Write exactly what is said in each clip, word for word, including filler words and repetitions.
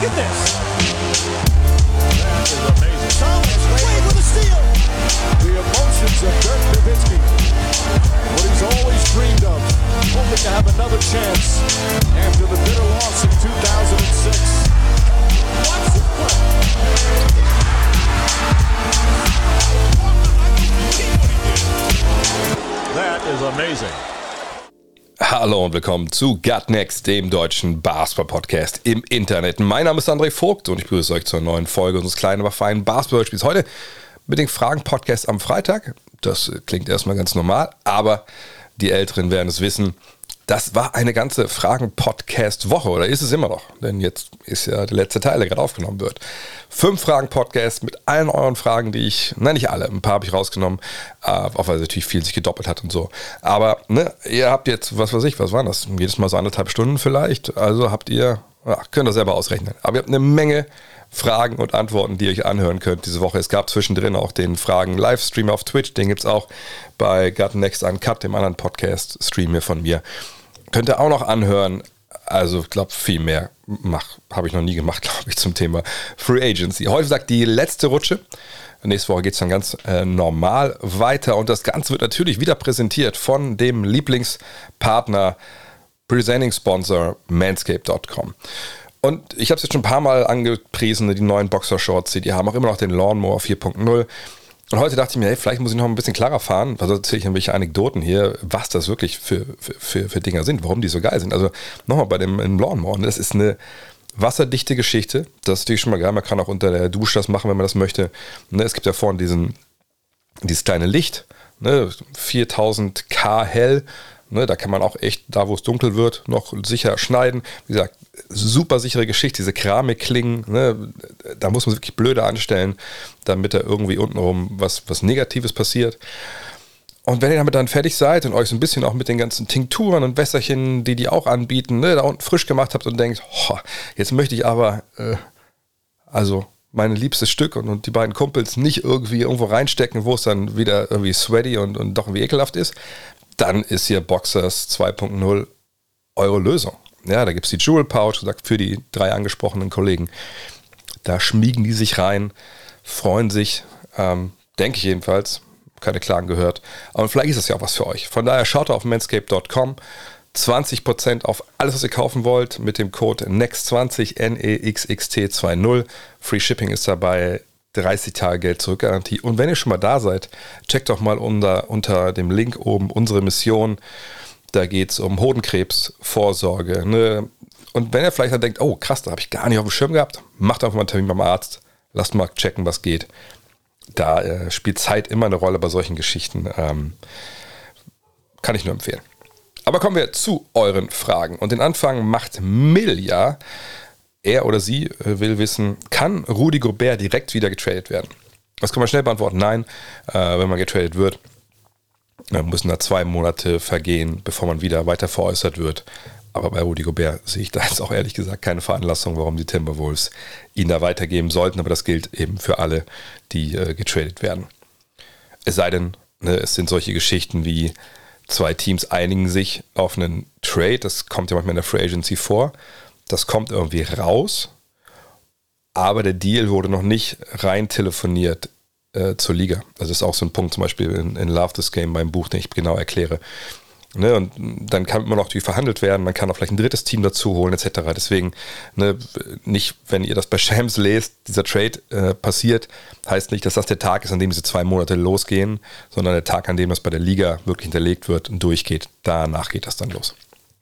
Look at this. That is amazing. Thomas Wade with a steal. The emotions of Dirk Nowitzki. What he's always dreamed of. Hoping to have another chance after the bitter loss in two thousand six. Watch this play. That is amazing. Hallo und willkommen zu Gut Next, dem deutschen Basketball-Podcast im Internet. Mein Name ist André Vogt und ich begrüße euch zur neuen Folge unseres kleinen, aber feinen Basketball-Spiels. Heute mit den Fragen-Podcast am Freitag. Das klingt erstmal ganz normal, aber die Älteren werden es wissen. Das war eine ganze Fragen-Podcast-Woche, oder ist es immer noch? Denn jetzt ist ja der letzte Teil, der gerade aufgenommen wird. Fünf Fragen-Podcast mit allen euren Fragen, die ich, nein, nicht alle, ein paar habe ich rausgenommen, auch weil natürlich viel sich gedoppelt hat und so. Aber ne, ihr habt jetzt, was weiß ich, was waren das? Jedes Mal so anderthalb Stunden vielleicht. Also habt ihr, ja, könnt ihr selber ausrechnen. Aber ihr habt eine Menge Fragen und Antworten, die ihr euch anhören könnt diese Woche. Es gab zwischendrin auch den Fragen-Livestream auf Twitch. Den gibt es auch bei Gut Next Uncut, dem anderen Podcast-Stream hier von mir. Könnt ihr auch noch anhören. Also ich glaube, viel mehr habe ich noch nie gemacht, glaube ich, zum Thema Free Agency. Heute sagt die letzte Rutsche. Nächste Woche geht es dann ganz äh, normal weiter. Und das Ganze wird natürlich wieder präsentiert von dem Lieblingspartner, Presenting Sponsor manscaped Punkt com. Und ich habe es jetzt schon ein paar Mal angepriesen, die neuen Boxershorts, die haben auch immer noch den Lawnmower vier Punkt null. Und heute dachte ich mir, hey, vielleicht muss ich noch ein bisschen klarer fahren, also erzähle ich irgendwelche Anekdoten hier, was das wirklich für, für, für, für Dinger sind, warum die so geil sind. Also nochmal bei dem, dem Lawnmower, das ist eine wasserdichte Geschichte, das ist natürlich schon mal geil, man kann auch unter der Dusche das machen, wenn man das möchte. Es gibt ja vorne diesen, dieses kleine Licht, ne, viertausend K hell, ne, da kann man auch echt, da wo es dunkel wird, noch sicher schneiden. Wie gesagt, super sichere Geschichte, diese Keramikklingen, ne, da muss man wirklich blöde anstellen, damit da irgendwie untenrum was, was Negatives passiert. Und wenn ihr damit dann fertig seid und euch so ein bisschen auch mit den ganzen Tinkturen und Wässerchen, die die auch anbieten, ne, da unten frisch gemacht habt und denkt, oh, jetzt möchte ich aber, äh, also mein liebstes Stück und, und die beiden Kumpels nicht irgendwie irgendwo reinstecken, wo es dann wieder irgendwie sweaty und, und doch irgendwie ekelhaft ist, dann ist hier Boxers zwei Punkt null eure Lösung. Ja, da gibt es die Jewel Pouch, gesagt, für die drei angesprochenen Kollegen. Da schmiegen die sich rein, freuen sich, ähm, denke ich jedenfalls, keine Klagen gehört. Aber vielleicht ist das ja auch was für euch. Von daher schaut auf manscaped Punkt com, zwanzig Prozent auf alles, was ihr kaufen wollt, mit dem Code N E X T zwanzig, N E X X T zwanzig. Free Shipping ist dabei, dreißig Tage Geld zurück Garantie. Und wenn ihr schon mal da seid, checkt doch mal unter, unter dem Link oben unsere Mission. Da geht es um Hodenkrebsvorsorge. Ne? Und wenn ihr vielleicht dann denkt, oh krass, da habe ich gar nicht auf dem Schirm gehabt, macht einfach mal einen Termin beim Arzt. Lasst mal checken, was geht. Da äh, spielt Zeit immer eine Rolle bei solchen Geschichten. Ähm, kann ich nur empfehlen. Aber kommen wir zu euren Fragen. Und den Anfang macht Milja. Er oder sie äh, will wissen, kann Rudy Gobert direkt wieder getradet werden? Das kann man schnell beantworten. Nein, äh, wenn man getradet wird, dann müssen da zwei Monate vergehen, bevor man wieder weiter veräußert wird. Aber bei Rudy Gobert sehe ich da jetzt auch ehrlich gesagt keine Veranlassung, warum die Timberwolves ihn da weitergeben sollten. Aber das gilt eben für alle, die äh, getradet werden. Es sei denn, ne, es sind solche Geschichten wie zwei Teams einigen sich auf einen Trade. Das kommt ja manchmal in der Free Agency vor. Das kommt irgendwie raus, aber der Deal wurde noch nicht rein telefoniert äh, zur Liga. Also das ist auch so ein Punkt, zum Beispiel in, in Love This Game, meinem Buch, den ich genau erkläre. Ne, und dann kann immer noch natürlich verhandelt werden, man kann auch vielleicht ein drittes Team dazu holen, et cetera. Deswegen, ne, nicht, wenn ihr das bei Shams lest, dieser Trade äh, passiert, heißt nicht, dass das der Tag ist, an dem diese zwei Monate losgehen, sondern der Tag, an dem das bei der Liga wirklich hinterlegt wird und durchgeht. Danach geht das dann los.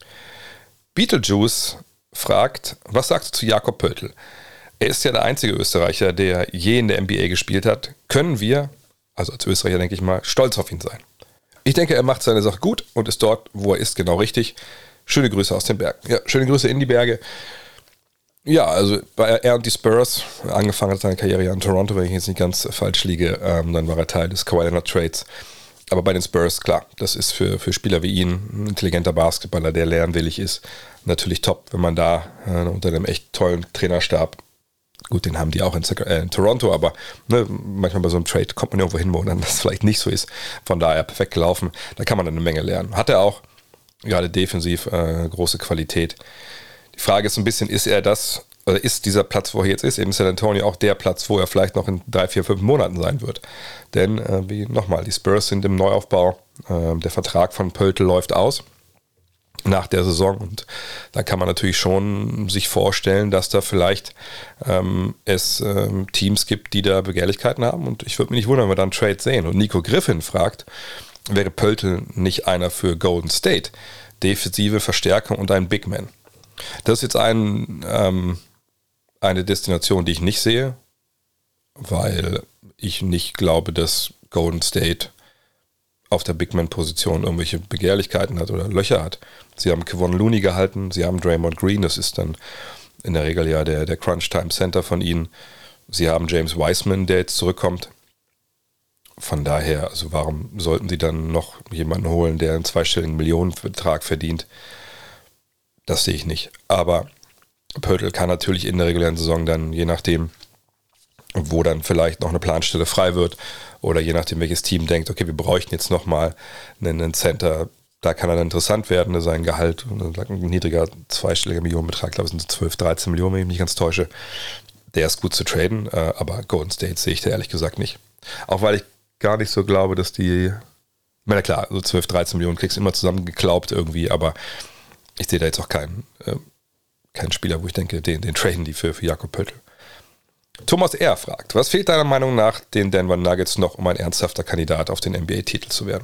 Beetlejuice fragt, was sagst du zu Jakob Poeltl? Er ist ja der einzige Österreicher, der je in der N B A gespielt hat. Können wir, also als Österreicher denke ich mal, stolz auf ihn sein? Ich denke, er macht seine Sache gut und ist dort, wo er ist, genau richtig. Schöne Grüße aus den Bergen. Ja, schöne Grüße in die Berge. Ja, also bei er und die Spurs, angefangen hat seine Karriere ja in Toronto, wenn ich jetzt nicht ganz falsch liege, ähm, dann war er Teil des Kawhi Leonard Trades. Aber bei den Spurs, klar, das ist für, für Spieler wie ihn, ein intelligenter Basketballer, der lernwillig ist, natürlich top, wenn man da äh, unter einem echt tollen Trainerstab, gut, den haben die auch in, äh, in Toronto, aber ne, manchmal bei so einem Trade kommt man irgendwo hin, wo dann das vielleicht nicht so ist. Von daher perfekt gelaufen, da kann man dann eine Menge lernen. Hat er auch, gerade defensiv, äh, große Qualität. Die Frage ist so ein bisschen, ist er das, oder ist dieser Platz, wo er jetzt ist, in San Antonio auch der Platz, wo er vielleicht noch in drei, vier, fünf Monaten sein wird. Denn, äh, wie nochmal, die Spurs sind im Neuaufbau, äh, der Vertrag von Pöltl läuft aus nach der Saison und da kann man natürlich schon sich vorstellen, dass da vielleicht ähm, es ähm, Teams gibt, die da Begehrlichkeiten haben und ich würde mich nicht wundern, wenn wir dann Trade sehen. Und Nico Griffin fragt, wäre Pöltl nicht einer für Golden State? Defensive Verstärkung und ein Big Man. Das ist jetzt ein, ähm, eine Destination, die ich nicht sehe, weil ich nicht glaube, dass Golden State auf der Big-Man-Position irgendwelche Begehrlichkeiten hat oder Löcher hat. Sie haben Kevon Looney gehalten, sie haben Draymond Green, das ist dann in der Regel ja der, der Crunch-Time-Center von ihnen. Sie haben James Wiseman, der jetzt zurückkommt. Von daher, also warum sollten sie dann noch jemanden holen, der einen zweistelligen Millionenbetrag verdient? Das sehe ich nicht. Aber Pöltl kann natürlich in der regulären Saison dann, je nachdem, wo dann vielleicht noch eine Planstelle frei wird oder je nachdem, welches Team denkt, okay, wir bräuchten jetzt nochmal einen Center, da kann er dann interessant werden, sein Gehalt, ein niedriger zweistelliger Millionenbetrag, ich glaube es sind zwölf, dreizehn Millionen, wenn ich mich nicht ganz täusche, der ist gut zu traden, aber Golden State sehe ich da ehrlich gesagt nicht. Auch weil ich gar nicht so glaube, dass die, ich meine, klar, so zwölf, dreizehn Millionen kriegst du immer zusammengeklaubt irgendwie, aber ich sehe da jetzt auch keinen, äh, keinen Spieler, wo ich denke, den, den traden die für, für Jakob Pöltl. Thomas R. fragt, was fehlt deiner Meinung nach den Denver Nuggets noch, um ein ernsthafter Kandidat auf den N B A-Titel zu werden?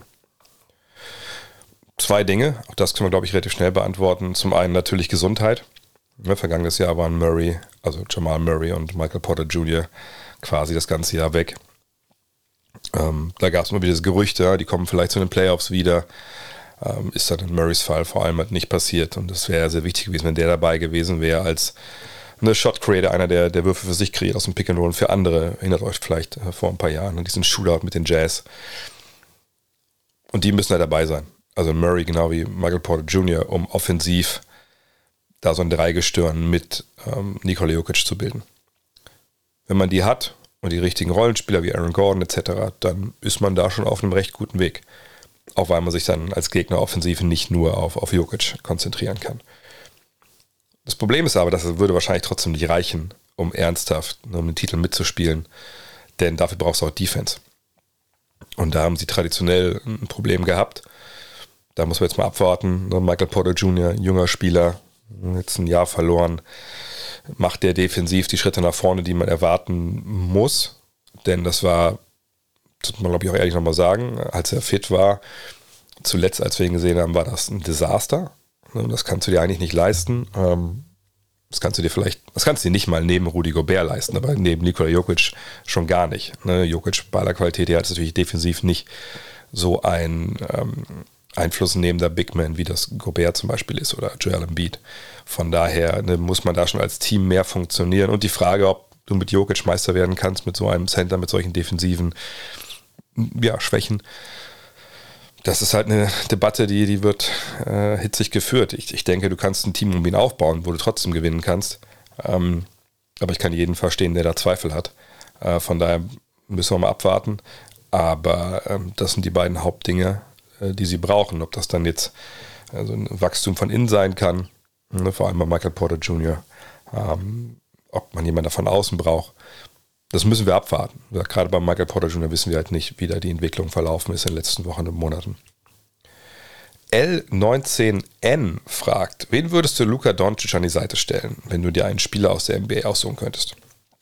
Zwei Dinge, auch das können wir, glaube ich, relativ schnell beantworten. Zum einen natürlich Gesundheit. Ja, vergangenes Jahr waren Murray, also Jamal Murray und Michael Porter Junior quasi das ganze Jahr weg. Ähm, da gab es immer wieder das Gerücht, ja, die kommen vielleicht zu den Playoffs wieder. Ähm, ist dann in Murrays Fall vor allem halt nicht passiert. Und es wäre sehr wichtig gewesen, wenn der dabei gewesen wäre als eine Shot Creator, einer, der, der Würfe für sich kreiert aus dem Pick and Roll und für andere. Erinnert euch vielleicht äh, vor ein paar Jahren an diesen Shootout mit den Jazz. Und die müssen da dabei sein. Also Murray genau wie Michael Porter Junior, um offensiv da so ein Dreigestirn mit ähm, Nikola Jokic zu bilden. Wenn man die hat und die richtigen Rollenspieler wie Aaron Gordon et cetera, dann ist man da schon auf einem recht guten Weg. Auch weil man sich dann als Gegner offensiv nicht nur auf, auf Jokic konzentrieren kann. Das Problem ist aber, dass es würde wahrscheinlich trotzdem nicht reichen, um ernsthaft um den Titel mitzuspielen, denn dafür brauchst du auch Defense. Und da haben sie traditionell ein Problem gehabt. Da muss man jetzt mal abwarten. Michael Porter Junior, junger Spieler, jetzt ein Jahr verloren, macht der defensiv die Schritte nach vorne, die man erwarten muss. Denn das war, das muss man glaube ich auch ehrlich nochmal sagen, als er fit war, zuletzt, als wir ihn gesehen haben, war das ein Desaster. Das kannst du dir eigentlich nicht leisten. Das kannst du dir vielleicht, das kannst du dir nicht mal neben Rudy Gobert leisten, aber neben Nikola Jokic schon gar nicht. Jokic bei aller Qualität, der hat natürlich defensiv nicht so ein ähm, einflussnehmender Big Man, wie das Gobert zum Beispiel ist oder Joel Embiid. Von daher ne, muss man da schon als Team mehr funktionieren. Und die Frage, ob du mit Jokic Meister werden kannst, mit so einem Center, mit solchen defensiven ja, Schwächen, das ist halt eine Debatte, die, die wird äh, hitzig geführt. Ich, ich denke, du kannst ein Team um ihn aufbauen, wo du trotzdem gewinnen kannst. Ähm, aber ich kann jeden verstehen, der da Zweifel hat. Äh, von daher müssen wir mal abwarten. Aber ähm, das sind die beiden Hauptdinge, äh, die sie brauchen. Ob das dann jetzt also ein Wachstum von innen sein kann, ne, vor allem bei Michael Porter Junior, ähm, ob man jemanden von außen braucht. Das müssen wir abwarten. Ja, gerade bei Michael Porter Junior wissen wir halt nicht, wie da die Entwicklung verlaufen ist in den letzten Wochen und Monaten. L neunzehn N fragt, wen würdest du Luka Doncic an die Seite stellen, wenn du dir einen Spieler aus der N B A aussuchen könntest?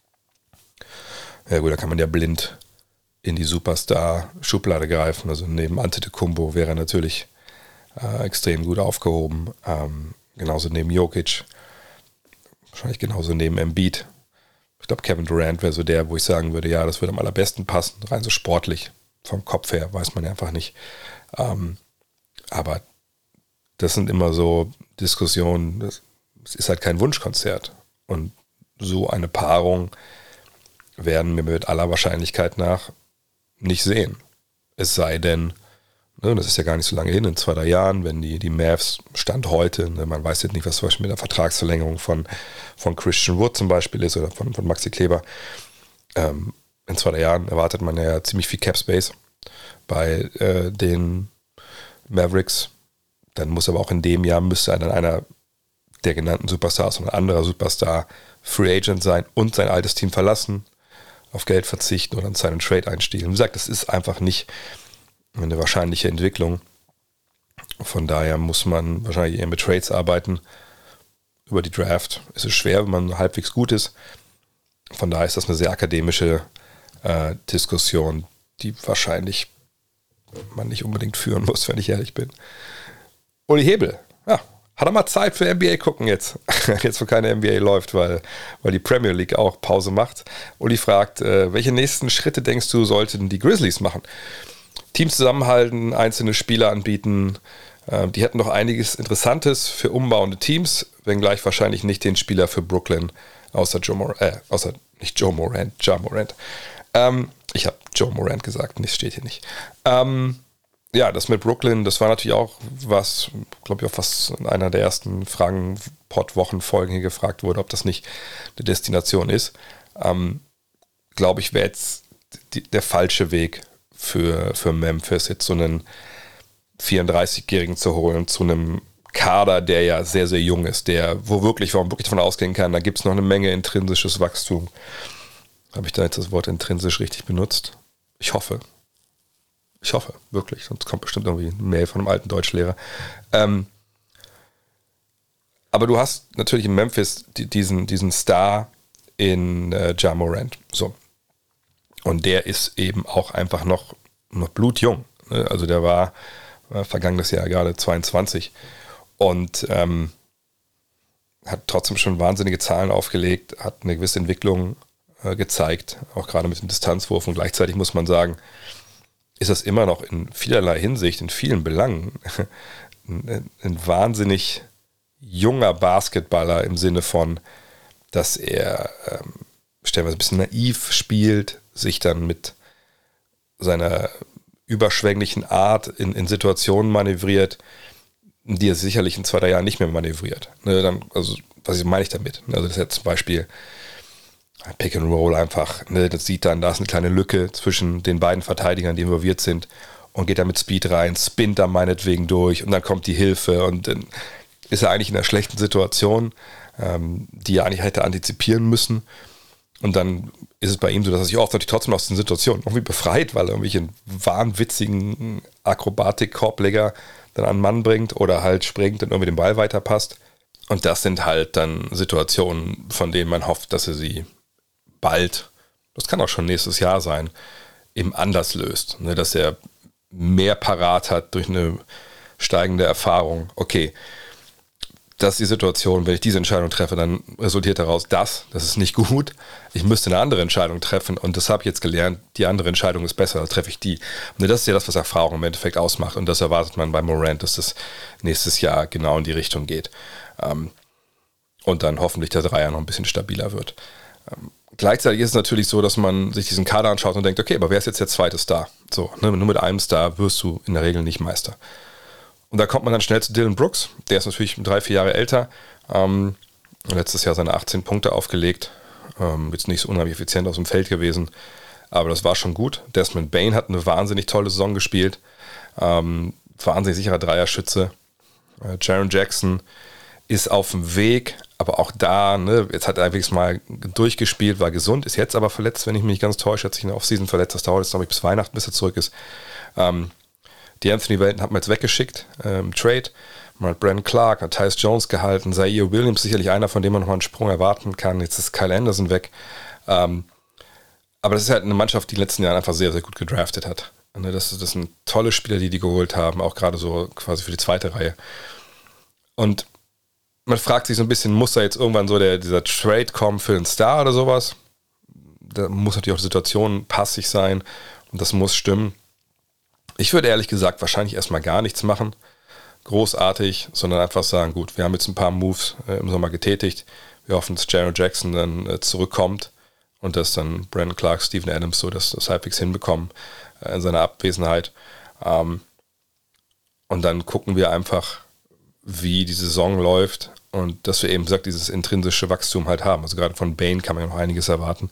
Ja gut, da kann man ja blind in die Superstar-Schublade greifen. Also neben Antetokounmpo wäre er natürlich äh, extrem gut aufgehoben. Ähm, genauso neben Jokic. Wahrscheinlich genauso neben Embiid. Ich glaube, Kevin Durant wäre so der, wo ich sagen würde, ja, das würde am allerbesten passen, rein so sportlich. Vom Kopf her weiß man ja einfach nicht. Ähm, aber das sind immer so Diskussionen, das, das ist halt kein Wunschkonzert. Und so eine Paarung werden wir mit aller Wahrscheinlichkeit nach nicht sehen. Es sei denn, ne, das ist ja gar nicht so lange hin, in zwei, drei Jahren, wenn die, die Mavs Stand heute, ne, man weiß jetzt nicht, was zum Beispiel mit der Vertragsverlängerung von, von Christian Wood zum Beispiel ist oder von, von Maxi Kleber. Ähm, in zwei, drei Jahren erwartet man ja ziemlich viel Cap Space bei äh, den Mavericks. Dann muss aber auch in dem Jahr, müsste dann einer der genannten Superstars und ein anderer Superstar Free Agent sein und sein altes Team verlassen, auf Geld verzichten oder einen Sign and Trade einstehlen. Wie gesagt, das ist einfach nicht eine wahrscheinliche Entwicklung. Von daher muss man wahrscheinlich eher mit Trades arbeiten. Über die Draft ist es schwer, wenn man halbwegs gut ist. Von daher ist das eine sehr akademische äh, Diskussion, die wahrscheinlich man nicht unbedingt führen muss, wenn ich ehrlich bin. Uli Hebel, ja, hat er mal Zeit für N B A gucken jetzt. Jetzt, wo keine N B A läuft, weil, weil die Premier League auch Pause macht. Uli fragt, äh, welche nächsten Schritte denkst du, sollten die Grizzlies machen? Teams zusammenhalten, einzelne Spieler anbieten. Äh, die hätten noch einiges Interessantes für umbauende Teams, wenngleich wahrscheinlich nicht den Spieler für Brooklyn, außer Joe Morant, äh, außer nicht Joe Morant, Ja Morant. Ähm, ich habe Joe Morant gesagt, das steht hier nicht. Ähm, Ja, das mit Brooklyn, das war natürlich auch was, glaube ich, auch was in einer der ersten Fragen-Pod-Wochen-Folgen hier gefragt wurde, ob das nicht eine Destination ist. Ähm, glaube ich, wäre jetzt die, der falsche Weg für, für Memphis, jetzt so einen vierunddreißigjährigen zu holen, zu einem Kader, der ja sehr, sehr jung ist, der, wo wirklich, wo man wirklich davon ausgehen kann, da gibt es noch eine Menge intrinsisches Wachstum. Habe ich da jetzt das Wort intrinsisch richtig benutzt? Ich hoffe. Ich hoffe, wirklich. Sonst kommt bestimmt irgendwie eine Mail von einem alten Deutschlehrer. Ähm, aber du hast natürlich in Memphis die, diesen, diesen Star in äh, Ja Morant. So. Und der ist eben auch einfach noch, noch blutjung. Ne? Also der war äh, vergangenes Jahr gerade zweiundzwanzig und ähm, hat trotzdem schon wahnsinnige Zahlen aufgelegt, hat eine gewisse Entwicklung äh, gezeigt, auch gerade mit dem Distanzwurf. Und gleichzeitig muss man sagen, ist das immer noch in vielerlei Hinsicht, in vielen Belangen, ein, ein wahnsinnig junger Basketballer im Sinne von, dass er ähm, stellenweise ein bisschen naiv spielt, sich dann mit seiner überschwänglichen Art in, in Situationen manövriert, die er sicherlich in zwei, drei Jahren nicht mehr manövriert. Ne, dann, also, was meine ich damit? Also das ist jetzt zum Beispiel Pick and Roll einfach, ne, das sieht dann, da ist eine kleine Lücke zwischen den beiden Verteidigern, die involviert sind, und geht da mit Speed rein, spinnt da meinetwegen durch und dann kommt die Hilfe und dann ist er eigentlich in einer schlechten Situation, ähm, die er eigentlich hätte antizipieren müssen, und dann ist es bei ihm so, dass er sich oft natürlich trotzdem aus den Situationen irgendwie befreit, weil er irgendwelche wahnwitzigen Akrobatik-Korbleger dann an den Mann bringt oder halt springt und irgendwie den Ball weiterpasst, und das sind halt dann Situationen, von denen man hofft, dass er sie bald, das kann auch schon nächstes Jahr sein, eben anders löst. Ne, dass er mehr parat hat durch eine steigende Erfahrung. Okay, das ist die Situation, wenn ich diese Entscheidung treffe, dann resultiert daraus das, das ist nicht gut. Ich müsste eine andere Entscheidung treffen, und das habe ich jetzt gelernt, die andere Entscheidung ist besser, dann treffe ich die. Und das ist ja das, was Erfahrung im Endeffekt ausmacht, und das erwartet man bei Morant, dass das nächstes Jahr genau in die Richtung geht. Und dann hoffentlich der Dreier noch ein bisschen stabiler wird. Gleichzeitig ist es natürlich so, dass man sich diesen Kader anschaut und denkt, okay, aber wer ist jetzt der zweite Star? So, ne, nur mit einem Star wirst du in der Regel nicht Meister. Und da kommt man dann schnell zu Dillon Brooks. Der ist natürlich drei, vier Jahre älter. Ähm, letztes Jahr seine achtzehn Punkte aufgelegt. Ähm, jetzt nicht so unheimlich effizient aus dem Feld gewesen, aber das war schon gut. Desmond Bane hat eine wahnsinnig tolle Saison gespielt. Ähm, wahnsinnig sicherer Dreierschütze. Äh, Jaren Jackson ist auf dem Weg, aber auch da, ne, jetzt hat er einfach mal durchgespielt, war gesund, ist jetzt aber verletzt, wenn ich mich nicht ganz täusche, hat sich in der Offseason verletzt, das dauert jetzt, glaube ich, bis Weihnachten, bis er zurück ist. Ähm, die Anthony Welton hat man jetzt weggeschickt, ähm, Trade, man hat Brandon Clark, hat Tyus Jones gehalten, Zaire Williams, sicherlich einer, von dem man noch mal einen Sprung erwarten kann, jetzt ist Kyle Anderson weg. Ähm, aber das ist halt eine Mannschaft, die in den letzten Jahren einfach sehr, sehr gut gedraftet hat. Ne, das, das sind tolle Spieler, die die geholt haben, auch gerade so quasi für die zweite Reihe. Und man fragt sich so ein bisschen, muss da jetzt irgendwann so der, dieser Trade kommen für einen Star oder sowas? Da muss natürlich auch die Situation passig sein und das muss stimmen. Ich würde ehrlich gesagt wahrscheinlich erstmal gar nichts machen, großartig, sondern einfach sagen, gut, wir haben jetzt ein paar Moves äh, im Sommer getätigt. Wir hoffen, dass Jaren Jackson dann äh, zurückkommt und dass dann Brandon Clark, Steven Adams so das, das halbwegs hinbekommen äh, in seiner Abwesenheit. Ähm, und dann gucken wir einfach, wie die Saison läuft und dass wir eben, gesagt, dieses intrinsische Wachstum halt haben. Also gerade von Bane kann man ja noch einiges erwarten.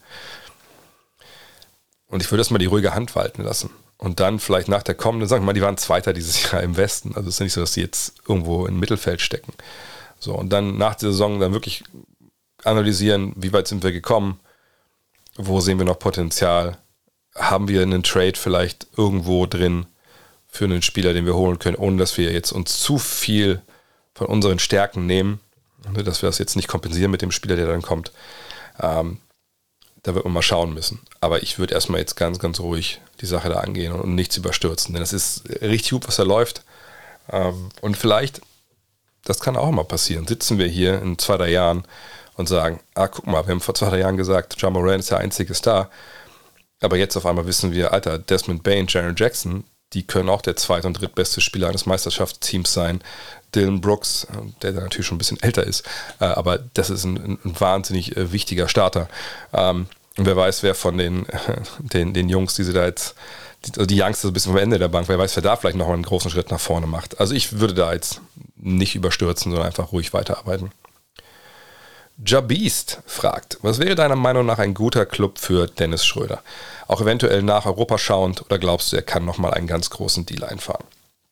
Und ich würde erstmal die ruhige Hand walten lassen. Und dann vielleicht nach der kommenden, sagen wir mal, die waren Zweiter dieses Jahr im Westen. Also es ist nicht so, dass die jetzt irgendwo im Mittelfeld stecken. So, und dann nach der Saison dann wirklich analysieren, wie weit sind wir gekommen, wo sehen wir noch Potenzial, haben wir einen Trade vielleicht irgendwo drin für einen Spieler, den wir holen können, ohne dass wir jetzt uns zu viel von unseren Stärken nehmen, dass wir das jetzt nicht kompensieren mit dem Spieler, der dann kommt. Ähm, da wird man mal schauen müssen. Aber ich würde erstmal jetzt ganz, ganz ruhig die Sache da angehen und nichts überstürzen, denn es ist richtig gut, was da läuft. Ähm, und vielleicht, das kann auch mal passieren, sitzen wir hier in zwei, drei Jahren und sagen, ah, guck mal, wir haben vor zwei, drei Jahren gesagt, Ja Morant ist der einzige Star, aber jetzt auf einmal wissen wir, Alter, Desmond Bane, Jaren Jackson, die können auch der zweit- und drittbeste Spieler eines Meisterschaftsteams sein. Dylan Brooks, der natürlich schon ein bisschen älter ist, aber das ist ein, ein wahnsinnig wichtiger Starter. Und wer weiß, wer von den, den, den Jungs, die sie da jetzt, die, die Youngster ein bisschen vom Ende der Bank, wer weiß, wer da vielleicht noch einen großen Schritt nach vorne macht. Also ich würde da jetzt nicht überstürzen, sondern einfach ruhig weiterarbeiten. Jabeast fragt, was wäre deiner Meinung nach ein guter Club für Dennis Schröder? Auch eventuell nach Europa schauend, oder glaubst du, er kann nochmal einen ganz großen Deal einfahren?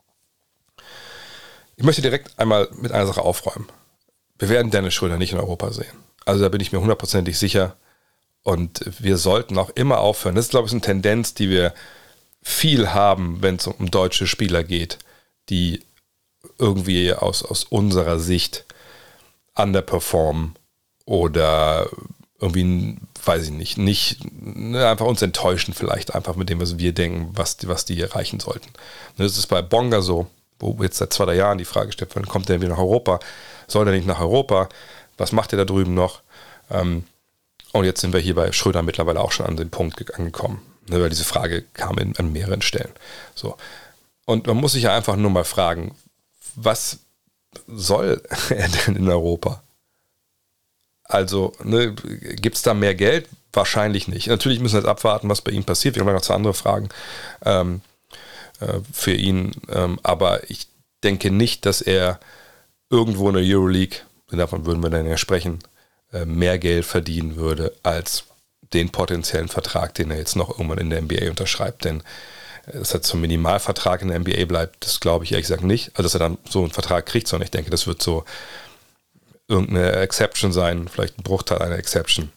Ich möchte direkt einmal mit einer Sache aufräumen. Wir werden Dennis Schröder nicht in Europa sehen. Also da bin ich mir hundertprozentig sicher. Und wir sollten auch immer aufhören. Das ist, glaube ich, eine Tendenz, die wir viel haben, wenn es um deutsche Spieler geht, die irgendwie aus, aus unserer Sicht underperformen oder irgendwie, weiß ich nicht, nicht ne, einfach uns enttäuschen vielleicht einfach mit dem, was wir denken, was, was die erreichen sollten. Und das ist bei Bonga so, wo jetzt seit zwei, drei Jahren die Frage stellt, wann kommt der wieder nach Europa? Soll der nicht nach Europa? Was macht der da drüben noch? Ähm, und jetzt sind wir hier bei Schröder mittlerweile auch schon an den Punkt angekommen, ne, weil diese Frage kam in, an mehreren Stellen. So. Und man muss sich ja einfach nur mal fragen, was soll er denn in Europa? Also, ne, gibt es da mehr Geld? Wahrscheinlich nicht. Natürlich müssen wir jetzt abwarten, was bei ihm passiert. Wir haben noch zwei andere Fragen ähm, äh, für ihn. Ähm, aber ich denke nicht, dass er irgendwo in der Euroleague, davon würden wir dann ja sprechen, äh, mehr Geld verdienen würde als den potenziellen Vertrag, den er jetzt noch irgendwann in der N B A unterschreibt. Denn dass er zum Minimalvertrag in der N B A bleibt, das glaube ich ehrlich gesagt nicht. Also, dass er dann so einen Vertrag kriegt, sondern ich denke, das wird so irgendeine Exception sein, vielleicht ein Bruchteil einer Exception.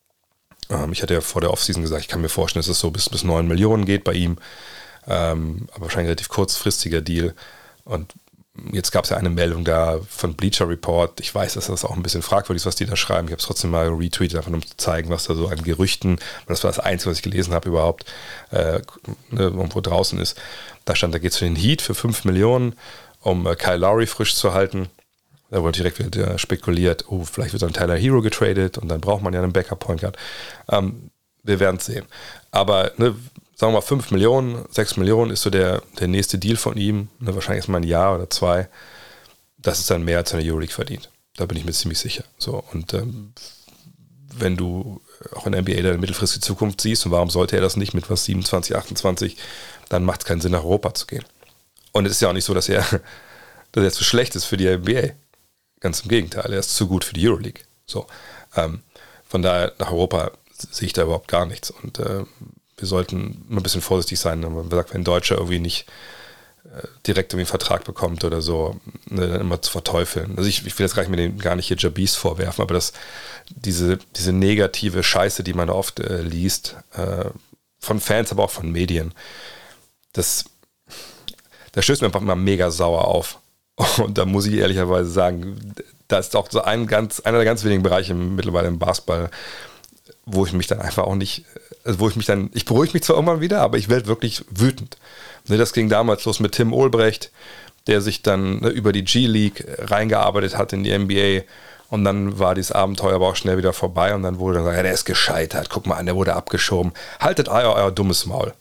Ähm, ich hatte ja vor der Offseason gesagt, ich kann mir vorstellen, dass es so bis, bis neun Millionen geht bei ihm, ähm, aber wahrscheinlich ein relativ kurzfristiger Deal. Und jetzt gab es ja eine Meldung da von Bleacher Report. Ich weiß, dass das auch ein bisschen fragwürdig ist, was die da schreiben. Ich habe es trotzdem mal retweetet, einfach um zu zeigen, was da so an Gerüchten, das war das Einzige, was ich gelesen habe überhaupt, äh, ne, irgendwo draußen ist. Da stand, da geht es für den Heat für fünf Millionen, um äh, Kyle Lowry frisch zu halten. Da wurde direkt wieder spekuliert, oh, vielleicht wird dann Tyler Hero getradet und dann braucht man ja einen Backup-Point Guard. Ähm, wir werden es sehen. Aber ne, sagen wir mal fünf Millionen, sechs Millionen ist so der, der nächste Deal von ihm. Ne, wahrscheinlich ist mal ein Jahr oder zwei. Das ist dann mehr, als er in der Euroleague verdient. Da bin ich mir ziemlich sicher. So, und ähm, wenn du auch in der N B A deine mittelfristige Zukunft siehst, und warum sollte er das nicht mit was siebenundzwanzig, achtundzwanzig, dann macht es keinen Sinn, nach Europa zu gehen. Und es ist ja auch nicht so, dass er, dass er zu schlecht ist für die N B A. Ganz im Gegenteil, er ist zu gut für die Euroleague. So, ähm, von daher nach Europa sehe ich da überhaupt gar nichts. Und äh, wir sollten immer ein bisschen vorsichtig sein. Man sagt, wenn ein Deutscher irgendwie nicht äh, direkt irgendwie einen Vertrag bekommt oder so, ne, dann immer zu verteufeln. Also ich, ich will jetzt gar nicht, mir den, gar nicht hier Jabeast vorwerfen, aber das, diese, diese negative Scheiße, die man oft äh, liest, äh, von Fans, aber auch von Medien, das, das stößt mir einfach immer mega sauer auf. Und da muss ich ehrlicherweise sagen, da ist auch so ein ganz, einer der ganz wenigen Bereiche mittlerweile im Basketball, wo ich mich dann einfach auch nicht, also wo ich mich dann, ich beruhige mich zwar irgendwann wieder, aber ich werde wirklich wütend. Das ging damals los mit Tim Olbrecht, der sich dann über die G-League reingearbeitet hat in die N B A und dann war dieses Abenteuer aber auch schnell wieder vorbei und dann wurde dann gesagt, ja, der ist gescheitert, guck mal an, der wurde abgeschoben. Haltet euer, euer dummes Maul.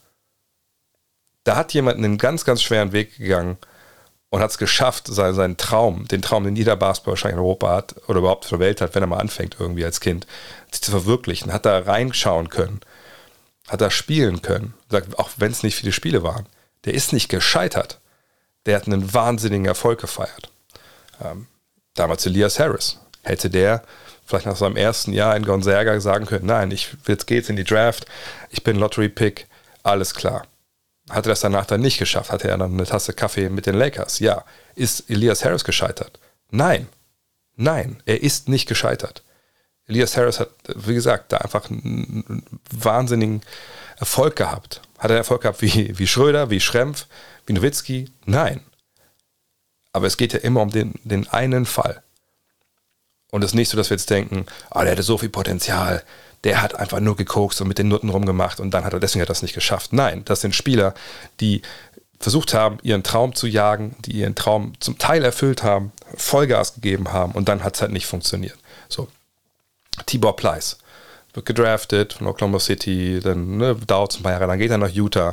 Da hat jemand einen ganz, ganz schweren Weg gegangen und hat es geschafft, seinen, seinen Traum, den Traum, den jeder Basketball wahrscheinlich in Europa hat oder überhaupt auf der Welt hat, wenn er mal anfängt irgendwie als Kind, sich zu verwirklichen, hat da reinschauen können, hat da spielen können, sagt, auch wenn es nicht viele Spiele waren. Der ist nicht gescheitert. Der hat einen wahnsinnigen Erfolg gefeiert. Ähm, damals Elias Harris. Hätte der vielleicht nach seinem ersten Jahr in Gonzaga sagen können, nein, ich, jetzt geht's in die Draft, ich bin Lottery-Pick, alles klar. Hat er das danach dann nicht geschafft? Hatte er dann eine Tasse Kaffee mit den Lakers? Ja. Ist Elias Harris gescheitert? Nein. Nein, er ist nicht gescheitert. Elias Harris hat, wie gesagt, da einfach einen wahnsinnigen Erfolg gehabt. Hat er Erfolg gehabt wie, wie Schröder, wie Schrempf, wie Nowitzki? Nein. Aber es geht ja immer um den, den einen Fall. Und es ist nicht so, dass wir jetzt denken, oh, der hatte so viel Potenzial, der hat einfach nur gekokst und mit den Nutten rumgemacht und dann hat er deswegen hat er das nicht geschafft. Nein, das sind Spieler, die versucht haben, ihren Traum zu jagen, die ihren Traum zum Teil erfüllt haben, Vollgas gegeben haben und dann hat es halt nicht funktioniert. So, Tibor Pleiss wird gedraftet von Oklahoma City, dann ne, dauert es ein paar Jahre, dann geht er nach Utah,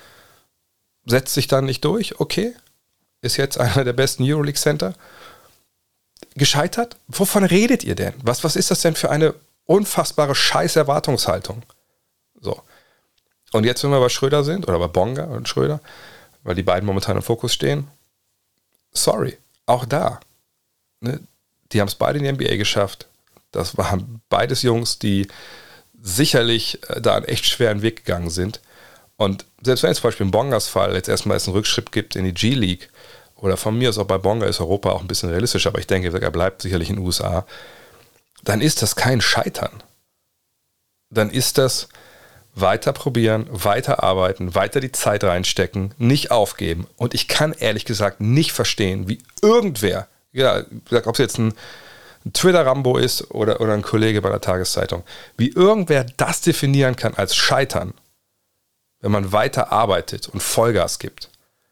setzt sich dann nicht durch, okay, ist jetzt einer der besten Euroleague-Center. Gescheitert? Wovon redet ihr denn? Was, was ist das denn für eine unfassbare Scheiß-Erwartungshaltung? So. Und jetzt, wenn wir bei Schröder sind, oder bei Bonga und Schröder, weil die beiden momentan im Fokus stehen, sorry, auch da. Ne? Die haben es beide in die N B A geschafft. Das waren beides Jungs, die sicherlich da einen echt schweren Weg gegangen sind. Und selbst wenn es zum Beispiel in Bongas Fall jetzt erstmal einen Rückschritt gibt in die G-League, oder von mir aus auch bei Bonga ist Europa auch ein bisschen realistisch, aber ich denke, er bleibt sicherlich in den U S A, dann ist das kein Scheitern. Dann ist das weiter probieren, weiter arbeiten, weiter die Zeit reinstecken, nicht aufgeben. Und ich kann ehrlich gesagt nicht verstehen, wie irgendwer, ja, ob es jetzt ein, ein Twitter-Rambo ist oder, oder ein Kollege bei der Tageszeitung, wie irgendwer das definieren kann als Scheitern, wenn man weiter arbeitet und Vollgas gibt.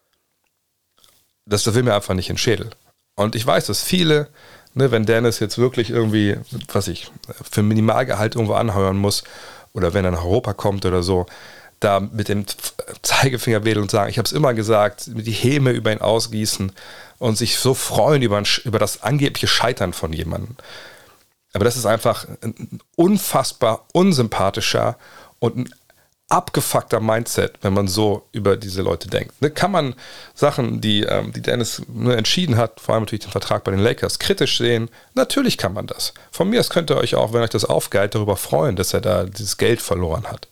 Das, das will mir einfach nicht in den Schädel. Und ich weiß, dass viele, ne, wenn Dennis jetzt wirklich irgendwie, was ich, für ein Minimalgehalt irgendwo anheuern muss, oder wenn er nach Europa kommt oder so, da mit dem Zeigefinger wedeln und sagen, ich habe es immer gesagt, mit die Häme über ihn ausgießen und sich so freuen über, ein, über das angebliche Scheitern von jemandem. Aber das ist einfach ein unfassbar unsympathischer und ein abgefuckter Mindset, wenn man so über diese Leute denkt. Ne, kann man Sachen, die, ähm, die Dennis ne, entschieden hat, vor allem natürlich den Vertrag bei den Lakers, kritisch sehen? Natürlich kann man das. Von mir aus könnt ihr euch auch, wenn euch das aufgeilt, darüber freuen, dass er da dieses Geld verloren hat.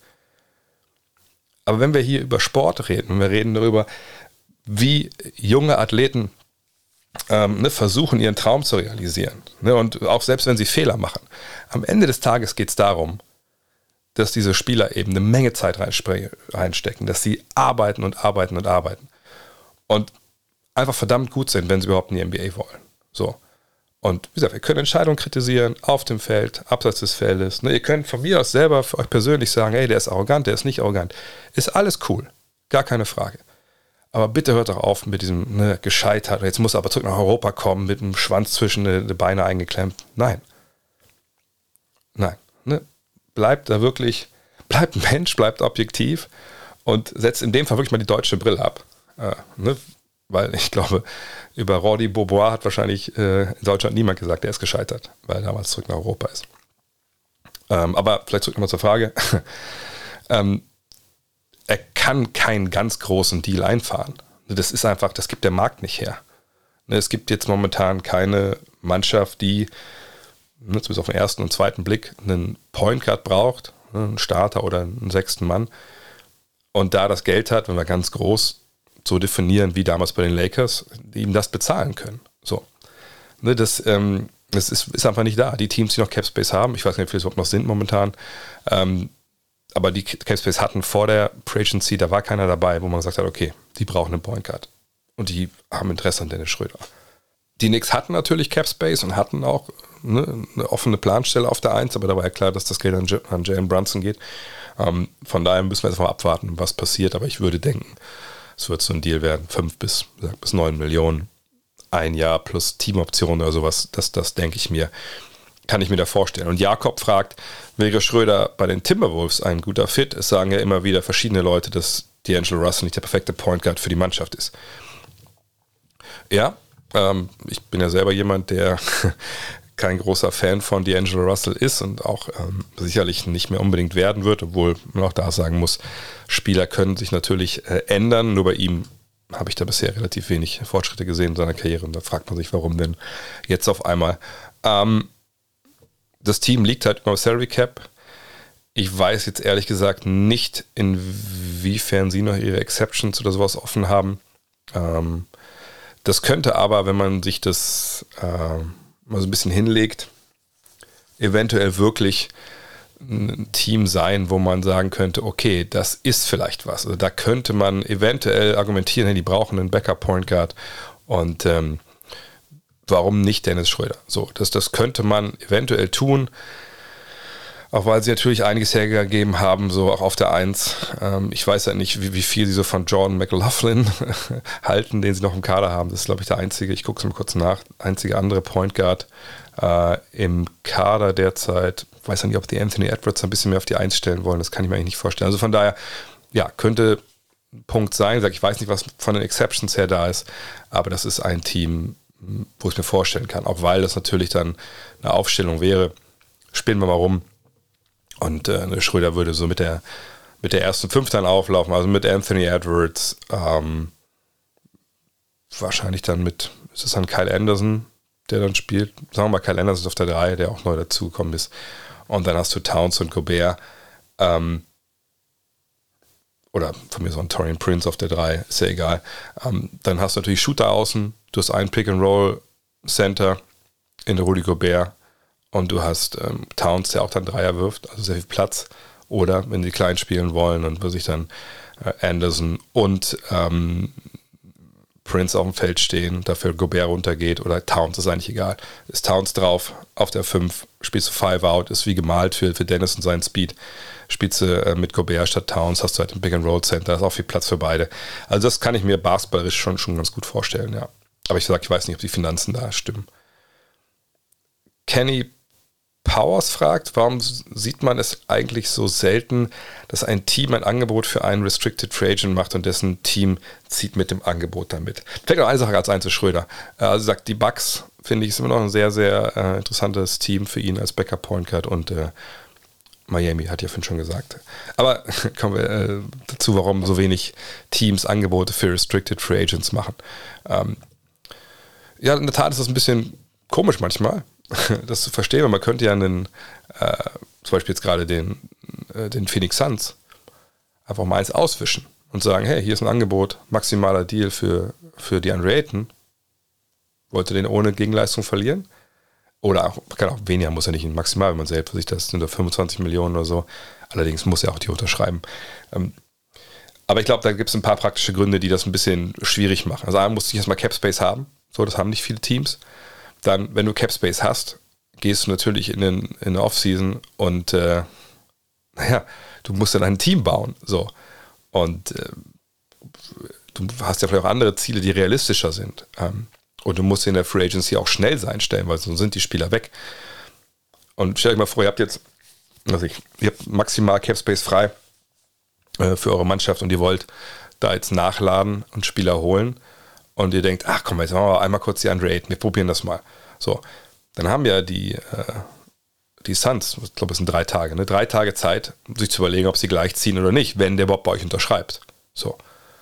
Aber wenn wir hier über Sport reden, wenn wir reden darüber, wie junge Athleten ähm, ne, versuchen, ihren Traum zu realisieren, ne, und auch selbst wenn sie Fehler machen, am Ende des Tages geht es darum, dass diese Spieler eben eine Menge Zeit reinstecken, dass sie arbeiten und arbeiten und arbeiten und einfach verdammt gut sind, wenn sie überhaupt in die N B A wollen. So. Und wie gesagt, wir können Entscheidungen kritisieren, auf dem Feld, abseits des Feldes. Ne, ihr könnt von mir aus selber für euch persönlich sagen, hey, der ist arrogant, der ist nicht arrogant. Ist alles cool, gar keine Frage. Aber bitte hört doch auf mit diesem ne, gescheitert, jetzt muss er aber zurück nach Europa kommen, mit dem Schwanz zwischen die, die Beine eingeklemmt. Nein. Nein. Ne? Bleibt da wirklich, bleibt Mensch, bleibt objektiv und setzt in dem Fall wirklich mal die deutsche Brille ab. Äh, ne? Weil ich glaube, über Rodi Bobois hat wahrscheinlich äh, in Deutschland niemand gesagt, der ist gescheitert, weil er damals zurück nach Europa ist. Ähm, aber vielleicht zurück nochmal zur Frage. ähm, er kann keinen ganz großen Deal einfahren. Das ist einfach, das gibt der Markt nicht her. Ne? Es gibt jetzt momentan keine Mannschaft, die zumindest auf den ersten und zweiten Blick einen Point Guard braucht, einen Starter oder einen sechsten Mann und da das Geld hat, wenn wir ganz groß so definieren wie damals bei den Lakers, die ihm das bezahlen können. So. Ne, das ähm, das ist, ist einfach nicht da. Die Teams, die noch Cap Space haben, ich weiß nicht, wie viele es überhaupt noch sind momentan, ähm, aber die Cap Space hatten vor der Free Agency, da war keiner dabei, wo man gesagt hat, okay, die brauchen einen Point Guard und die haben Interesse an Dennis Schröder. Die Knicks hatten natürlich Cap Space und hatten auch ne, eine offene Planstelle auf der Eins, aber da war ja klar, dass das Geld an, J- an Jalen Brunson geht. Ähm, von daher müssen wir jetzt mal abwarten, was passiert. Aber ich würde denken, es wird so ein Deal werden, fünf bis, sag, bis neun Millionen, ein Jahr plus Teamoptionen oder sowas. Das, das denke ich mir, kann ich mir da vorstellen. Und Jakob fragt, wäre Schröder bei den Timberwolves ein guter Fit? Es sagen ja immer wieder verschiedene Leute, dass D'Angelo Russell nicht der perfekte Point Guard für die Mannschaft ist. Ja, ähm, ich bin ja selber jemand, der kein großer Fan von D'Angelo Russell ist und auch ähm, sicherlich nicht mehr unbedingt werden wird, obwohl man auch da sagen muss, Spieler können sich natürlich äh, ändern, nur bei ihm habe ich da bisher relativ wenig Fortschritte gesehen in seiner Karriere und da fragt man sich, warum denn jetzt auf einmal. Ähm, das Team liegt halt über Salary Cap. Ich weiß jetzt ehrlich gesagt nicht, inwiefern sie noch ihre Exceptions oder sowas offen haben. Ähm, das könnte aber, wenn man sich das äh, mal so ein bisschen hinlegt, eventuell wirklich ein Team sein, wo man sagen könnte, okay, das ist vielleicht was. Also da könnte man eventuell argumentieren, hey, die brauchen einen Backup-Point Guard und ähm, warum nicht Dennis Schröder? So, das, das könnte man eventuell tun, auch weil sie natürlich einiges hergegeben haben, so auch auf der Eins. Ähm, ich weiß ja nicht, wie, wie viel sie so von Jordan McLaughlin halten, den sie noch im Kader haben. Das ist, glaube ich, der einzige, ich gucke es mal kurz nach, einzige andere Point Guard äh, im Kader derzeit. Ich weiß ja nicht, ob die Anthony Edwards ein bisschen mehr auf die Eins stellen wollen. Das kann ich mir eigentlich nicht vorstellen. Also von daher, ja, könnte ein Punkt sein. Ich weiß nicht, was von den Exceptions her da ist, aber das ist ein Team, wo ich mir vorstellen kann. Auch weil das natürlich dann eine Aufstellung wäre. Spielen wir mal rum. Und äh, Schröder würde so mit der, mit der ersten Fünf dann auflaufen. Also mit Anthony Edwards. Ähm, wahrscheinlich dann mit, ist es dann Kyle Anderson, der dann spielt. Sagen wir mal, Kyle Anderson ist auf der drei, der auch neu dazugekommen ist. Und dann hast du Towns und Gobert. Ähm, oder von mir so ein Taurean Prince auf der drei, ist ja egal. Ähm, dann hast du natürlich Shooter außen. Du hast einen Pick-and-Roll-Center in der Rudy Gobert. Und du hast ähm, Towns, der auch dann Dreier wirft, also sehr viel Platz. Oder wenn die klein spielen wollen und wo sich dann äh, Anderson und ähm, Prince auf dem Feld stehen, dafür Gobert runtergeht oder Towns, ist eigentlich egal. Ist Towns drauf, auf der fünf, spielst du Five Out, ist wie gemalt für, für Dennis und seinen Speed. Spielst du äh, mit Gobert statt Towns, hast du halt ein Pick-and-Roll-Center, ist auch viel Platz für beide. Also das kann ich mir basketballerisch schon, schon ganz gut vorstellen, ja. Aber ich sage, ich weiß nicht, ob die Finanzen da stimmen. Kenny Powers fragt, warum sieht man es eigentlich so selten, dass ein Team ein Angebot für einen Restricted Free Agent macht und dessen Team zieht mit dem Angebot damit. Vielleicht noch eine Sache als eins zu Schröder. Also sagt, die Bucks, finde ich, ist immer noch ein sehr, sehr äh, interessantes Team für ihn als Backup Point Guard und äh, Miami, hat ja Finn schon gesagt. Aber kommen wir äh, dazu, warum so wenig Teams Angebote für Restricted Free Agents machen. Ähm, ja, in der Tat ist das ein bisschen komisch manchmal, das zu verstehen, weil man könnte ja einen, äh, zum Beispiel jetzt gerade den, äh, den Phoenix Suns einfach mal eins auswischen und sagen, hey, hier ist ein Angebot, maximaler Deal für, für DeAndre Ayton. Wollte den ohne Gegenleistung verlieren? Oder auch, kann auch weniger, muss er nicht in maximal, wenn man selbst für sich das sind da fünfundzwanzig Millionen oder so. Allerdings muss er auch die unterschreiben. Ähm, aber ich glaube, da gibt es ein paar praktische Gründe, die das ein bisschen schwierig machen. Also einmal musst du erstmal Cap Space haben. So, das haben nicht viele Teams. Dann, wenn du Cap Space hast, gehst du natürlich in, den, in eine Offseason und äh, naja, du musst dann ein Team bauen. So. Und äh, du hast ja vielleicht auch andere Ziele, die realistischer sind. Ähm, und du musst in der Free Agency auch schnell sein, stellen, weil sonst sind die Spieler weg. Und stellt euch mal vor, ihr habt jetzt, also ich, ihr habt maximal Cap Space frei äh, für eure Mannschaft und ihr wollt da jetzt nachladen und Spieler holen. Und ihr denkt, ach komm, jetzt machen wir einmal kurz die DeAndre Ayton, wir probieren das mal. So, dann haben ja die, äh, die Suns, ich glaube, es sind drei Tage, ne? drei Tage Zeit, sich zu überlegen, ob sie gleich ziehen oder nicht, wenn der Bob bei euch unterschreibt. So.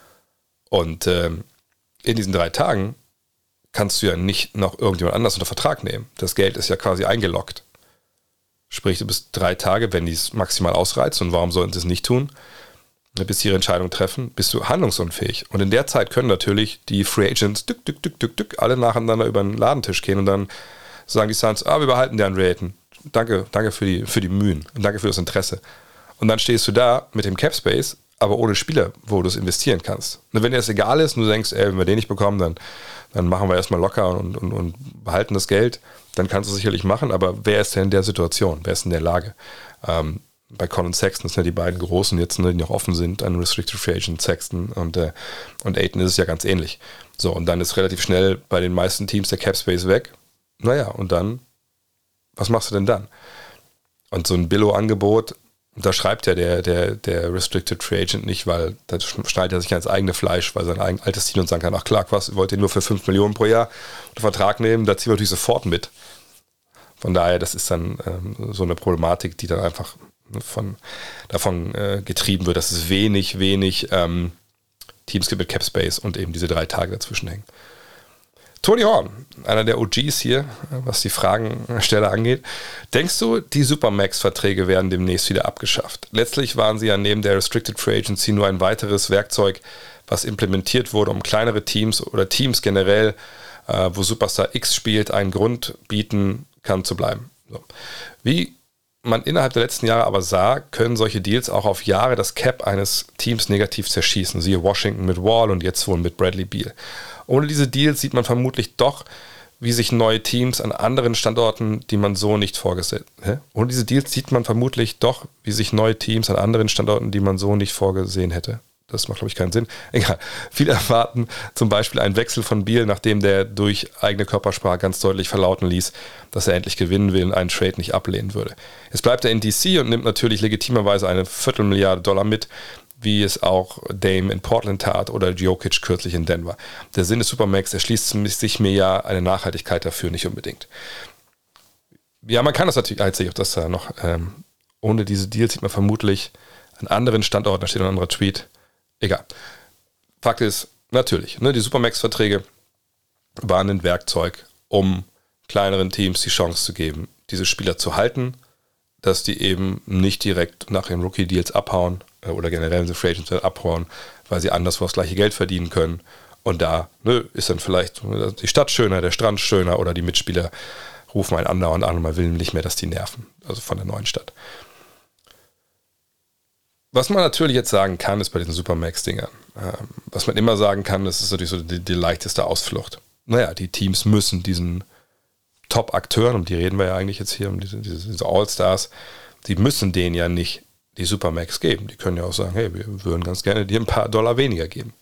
Und ähm, in diesen drei Tagen kannst du ja nicht noch irgendjemand anders unter Vertrag nehmen. Das Geld ist ja quasi eingeloggt. Sprich, du bist drei Tage, wenn die es maximal ausreizt, und warum sollten sie es nicht tun, bis sie ihre Entscheidung treffen, bist du handlungsunfähig. Und in der Zeit können natürlich die Free Agents dück, dück, dück, dück, dück, alle nacheinander über den Ladentisch gehen und dann sagen die Suns, ah, wir behalten DeAndre Ayton. Danke, danke für die, für die Mühen und danke für das Interesse. Und dann stehst du da mit dem Cap Space, aber ohne Spieler, wo du es investieren kannst. Und wenn dir das egal ist und du denkst, ey, wenn wir den nicht bekommen, dann, dann machen wir erstmal locker und, und, und behalten das Geld, dann kannst du es sicherlich machen, aber wer ist denn in der Situation? Wer ist in der Lage? Ähm, Bei Colin Sexton sind ja die beiden Großen jetzt, ne, die noch offen sind, ein Restricted Free Agent, Sexton und, äh, und Ayton ist es ja ganz ähnlich. So, und dann ist relativ schnell bei den meisten Teams der Cap Space weg. Naja, und dann, was machst du denn dann? Und so ein Billo-Angebot, da schreibt ja der, der, der Restricted Free Agent nicht, weil da schneidet er sich ans eigene Fleisch, weil sein altes Team und sagen kann, ach klar, was, wollt ihr nur für fünf Millionen pro Jahr einen Vertrag nehmen, da ziehen wir natürlich sofort mit. Von daher, das ist dann ähm, so eine Problematik, die dann einfach Von, davon äh, getrieben wird, dass es wenig, wenig ähm, Teams gibt mit Cap Space und eben diese drei Tage dazwischen hängen. Tony Horn, einer der O Gs hier, was die Fragensteller angeht. Denkst du, die Supermax-Verträge werden demnächst wieder abgeschafft? Letztlich waren sie ja neben der Restricted Free Agency nur ein weiteres Werkzeug, was implementiert wurde, um kleinere Teams oder Teams generell äh, wo Superstar X spielt, einen Grund bieten kann zu bleiben. So. Wie man innerhalb der letzten Jahre aber sah, können solche Deals auch auf Jahre das Cap eines Teams negativ zerschießen. Siehe Washington mit Wall und jetzt wohl mit Bradley Beal. Ohne diese Deals sieht man vermutlich doch, wie sich neue Teams an anderen Standorten, die man so nicht vorgesehen hätte. Ohne diese Deals sieht man vermutlich doch, wie sich neue Teams an anderen Standorten, die man so nicht vorgesehen hätte. Das macht, glaube ich, keinen Sinn. Egal. Viele erwarten zum Beispiel einen Wechsel von Beal, nachdem der durch eigene Körpersprache ganz deutlich verlauten ließ, dass er endlich gewinnen will und einen Trade nicht ablehnen würde. Jetzt bleibt er in D C und nimmt natürlich legitimerweise eine Viertelmilliarde Dollar mit, wie es auch Dame in Portland tat oder Jokic kürzlich in Denver. Der Sinn des Supermax erschließt sich mir ja eine Nachhaltigkeit dafür nicht unbedingt. Ja, man kann das natürlich, als ich auch das da noch, ähm, ohne diese Deals sieht man vermutlich an anderen Standorten, da steht ein anderer Tweet. Egal. Fakt ist, natürlich, ne, die Supermax-Verträge waren ein Werkzeug, um kleineren Teams die Chance zu geben, diese Spieler zu halten, dass die eben nicht direkt nach den Rookie-Deals abhauen äh, oder generell in Free Agents abhauen, weil sie anderswo das gleiche Geld verdienen können. Und da ne, ist dann vielleicht die Stadt schöner, der Strand schöner oder die Mitspieler rufen einen andauernd an und man will nicht mehr, dass die nerven, also von der neuen Stadt. Was man natürlich jetzt sagen kann, ist bei diesen Supermax-Dingern, ähm, was man immer sagen kann, das ist natürlich so die, die leichteste Ausflucht. Naja, die Teams müssen diesen Top-Akteuren, um die reden wir ja eigentlich jetzt hier, um diese, diese, diese All-Stars, die müssen denen ja nicht die Supermax geben. Die können ja auch sagen, hey, wir würden ganz gerne dir ein paar Dollar weniger geben.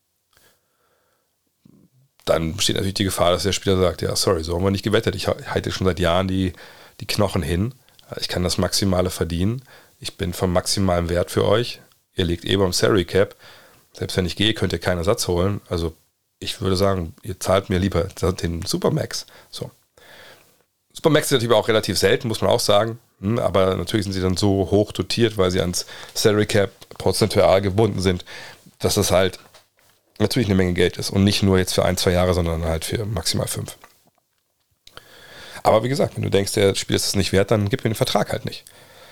Dann besteht natürlich die Gefahr, dass der Spieler sagt, ja, sorry, so haben wir nicht gewettet. Ich halte schon seit Jahren die, die Knochen hin. Ich kann das Maximale verdienen. Ich bin vom maximalen Wert für euch. Ihr liegt eh beim Salary Cap. Selbst wenn ich gehe, könnt ihr keinen Ersatz holen. Also ich würde sagen, ihr zahlt mir lieber den Supermax. So. Supermax ist natürlich auch relativ selten, muss man auch sagen. Aber natürlich sind sie dann so hoch dotiert, weil sie ans Salary Cap prozentual gebunden sind, dass das halt natürlich eine Menge Geld ist. Und nicht nur jetzt für ein, zwei Jahre, sondern halt für maximal fünf. Aber wie gesagt, wenn du denkst, der Spieler ist es nicht wert, dann gib mir den Vertrag halt nicht.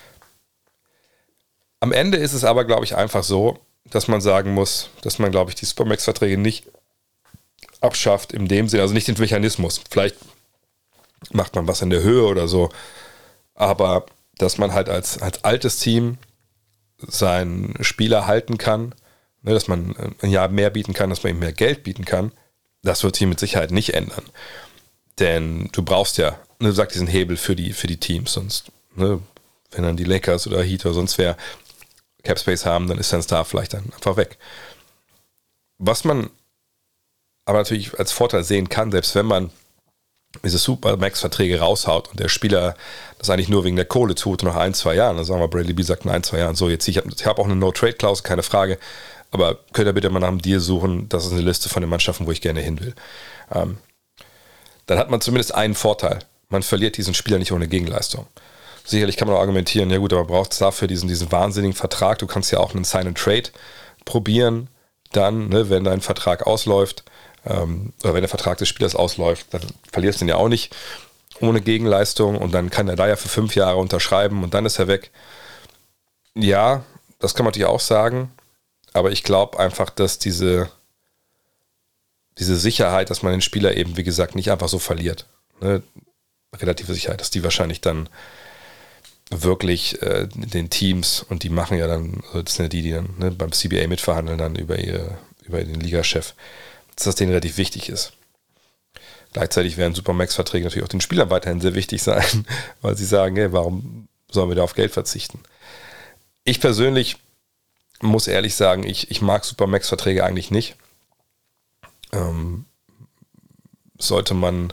Am Ende ist es aber, glaube ich, einfach so, dass man sagen muss, dass man, glaube ich, die Supermax-Verträge nicht abschafft in dem Sinne, also nicht den Mechanismus. Vielleicht macht man was in der Höhe oder so, aber dass man halt als, als altes Team seinen Spieler halten kann, ne, dass man ein Jahr mehr bieten kann, dass man ihm mehr Geld bieten kann, das wird sich mit Sicherheit nicht ändern. Denn du brauchst ja, ne, du sagst diesen Hebel für die, für die Teams, sonst, ne, wenn dann die Lakers oder Heat oder sonst wer Capspace haben, dann ist dein Star vielleicht dann einfach weg. Was man aber natürlich als Vorteil sehen kann, selbst wenn man diese Supermax-Verträge raushaut und der Spieler das eigentlich nur wegen der Kohle tut, nach ein, zwei Jahren, dann sagen wir, Bradley Beal sagt in ein, zwei Jahren, so jetzt, ich habe hab auch eine No-Trade-Klausel, keine Frage, aber könnt ihr bitte mal nach einem Deal suchen, das ist eine Liste von den Mannschaften, wo ich gerne hin will. Ähm, dann hat man zumindest einen Vorteil, man verliert diesen Spieler nicht ohne Gegenleistung. Sicherlich kann man auch argumentieren, ja gut, aber braucht es dafür diesen, diesen wahnsinnigen Vertrag, du kannst ja auch einen Sign-and-Trade probieren, dann, ne, wenn dein Vertrag ausläuft, ähm, oder wenn der Vertrag des Spielers ausläuft, dann verlierst du ihn ja auch nicht ohne Gegenleistung und dann kann er da ja für fünf Jahre unterschreiben und dann ist er weg. Ja, das kann man natürlich auch sagen, aber ich glaube einfach, dass diese, diese Sicherheit, dass man den Spieler eben, wie gesagt, nicht einfach so verliert, ne, relative Sicherheit, dass die wahrscheinlich dann wirklich äh, den Teams, und die machen ja dann, das sind ja die, die dann ne, beim C B A mitverhandeln, dann über, ihr, über den Ligachef, dass das denen relativ wichtig ist. Gleichzeitig werden Supermax-Verträge natürlich auch den Spielern weiterhin sehr wichtig sein, weil sie sagen, hey, warum sollen wir da auf Geld verzichten? Ich persönlich muss ehrlich sagen, ich, ich mag Supermax-Verträge eigentlich nicht. Ähm, sollte man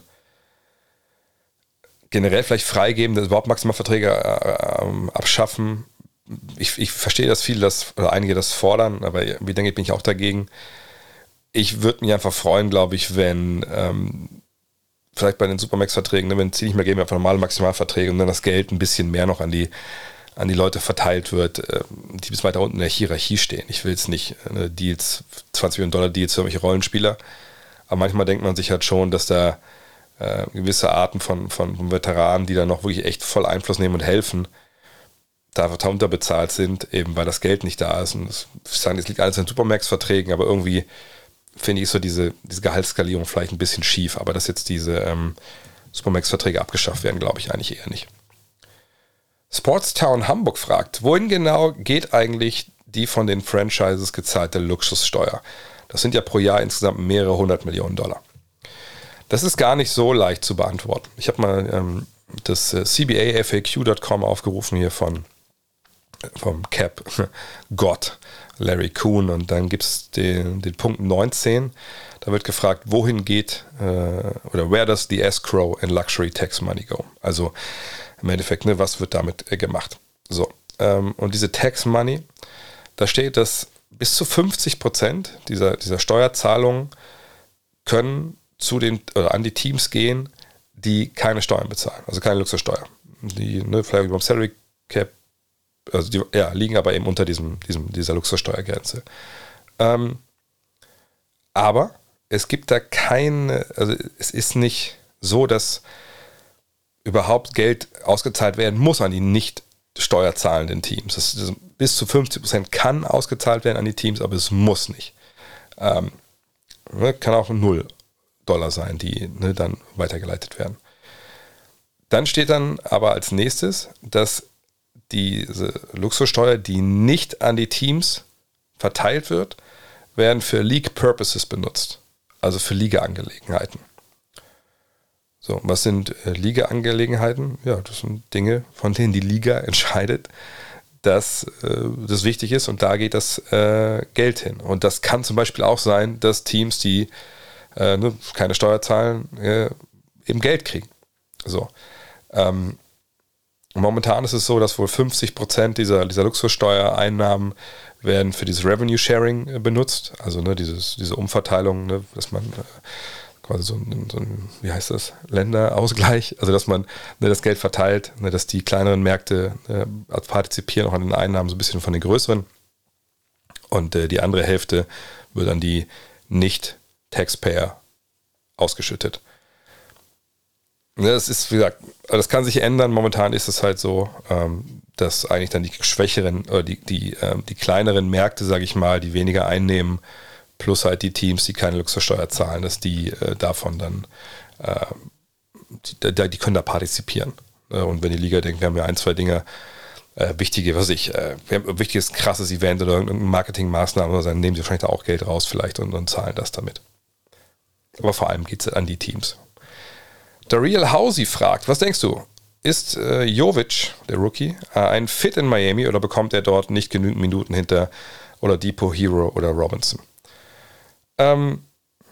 generell vielleicht freigeben, dass überhaupt Maximalverträge äh, äh, abschaffen. Ich, ich verstehe, dass viele das, oder einige das fordern, aber wie denke ich, bin ich auch dagegen. Ich würde mich einfach freuen, glaube ich, wenn ähm, vielleicht bei den Supermax-Verträgen, ne, wenn es nicht mehr geben, einfach normale Maximalverträge und dann das Geld ein bisschen mehr noch an die, an die Leute verteilt wird, äh, die bis weiter unten in der Hierarchie stehen. Ich will jetzt nicht äh, Deals, zwanzig Millionen Dollar Deals für irgendwelche Rollenspieler, aber manchmal denkt man sich halt schon, dass da äh, gewisse Arten von, von Veteranen, die da noch wirklich echt voll Einfluss nehmen und helfen, da unterbezahlt sind, eben weil das Geld nicht da ist. Und das, ich sage, das liegt alles in Supermax-Verträgen, aber irgendwie finde ich so diese, diese Gehaltsskalierung vielleicht ein bisschen schief, aber dass jetzt diese ähm, Supermax-Verträge abgeschafft werden, glaube ich eigentlich eher nicht. Sportstown Hamburg fragt, wohin genau geht eigentlich die von den Franchises gezahlte Luxussteuer? Das sind ja pro Jahr insgesamt mehrere hundert Millionen Dollar. Das ist gar nicht so leicht zu beantworten. Ich habe mal ähm, das äh, C B A F A Q Punkt com aufgerufen hier von vom Cap Gott, Larry Kuhn, und dann gibt es den, den Punkt neunzehn. Da wird gefragt, wohin geht äh, oder where does the escrow and luxury tax money go? Also im Endeffekt, ne, was wird damit äh, gemacht? So, ähm, und diese Tax Money, da steht, dass bis zu fünfzig Prozent dieser, dieser Steuerzahlungen können zu den oder an die Teams gehen, die keine Steuern bezahlen, also keine Luxussteuer. Die, ne, vielleicht beim Salary Cap, also die ja, liegen aber eben unter diesem, diesem, dieser Luxussteuergrenze. Ähm, aber es gibt da keine, also es ist nicht so, dass überhaupt Geld ausgezahlt werden muss an die nicht steuerzahlenden Teams. Das, das, bis zu fünfzig Prozent kann ausgezahlt werden an die Teams, aber es muss nicht. Ähm, ne, kann auch null Dollar sein, die ne, dann weitergeleitet werden. Dann steht dann aber als nächstes, dass diese Luxussteuer, die nicht an die Teams verteilt wird, werden für League Purposes benutzt, also für Liga-Angelegenheiten. So, was sind äh, Liga-Angelegenheiten? Ja, das sind Dinge, von denen die Liga entscheidet, dass äh, das wichtig ist, und da geht das äh, Geld hin. Und das kann zum Beispiel auch sein, dass Teams, die äh, ne, keine Steuer zahlen, äh, eben Geld kriegen. So. Ähm, momentan ist es so, dass wohl fünfzig Prozent dieser, dieser Luxussteuereinnahmen werden für dieses Revenue Sharing äh, benutzt, also ne, dieses, diese Umverteilung, ne, dass man äh, quasi so ein, so ein, wie heißt das, Länderausgleich, also dass man ne, das Geld verteilt, ne, dass die kleineren Märkte äh, partizipieren auch an den Einnahmen so ein bisschen von den größeren, und äh, die andere Hälfte wird an die Nicht-Taxpayer ausgeschüttet. Das ist, wie gesagt, das kann sich ändern. Momentan ist es halt so, ähm, dass eigentlich dann die schwächeren oder die, die, ähm, die kleineren Märkte, sage ich mal, die weniger einnehmen, plus halt die Teams, die keine Luxussteuer zahlen, dass die äh, davon dann, äh, die, die können da partizipieren. Und wenn die Liga denkt, wir haben ja ein, zwei Dinge, äh, wichtige, was ich, äh, wir haben ein wichtiges, krasses Event oder irgendeine Marketingmaßnahme, oder dann nehmen sie wahrscheinlich da auch Geld raus vielleicht und, und zahlen das damit. Aber vor allem geht es an die Teams. Der Real Hausi fragt, was denkst du? Ist äh, Jovic, der Rookie, äh, ein Fit in Miami, oder bekommt er dort nicht genügend Minuten hinter Oladipo, Hero oder Robinson? Ähm,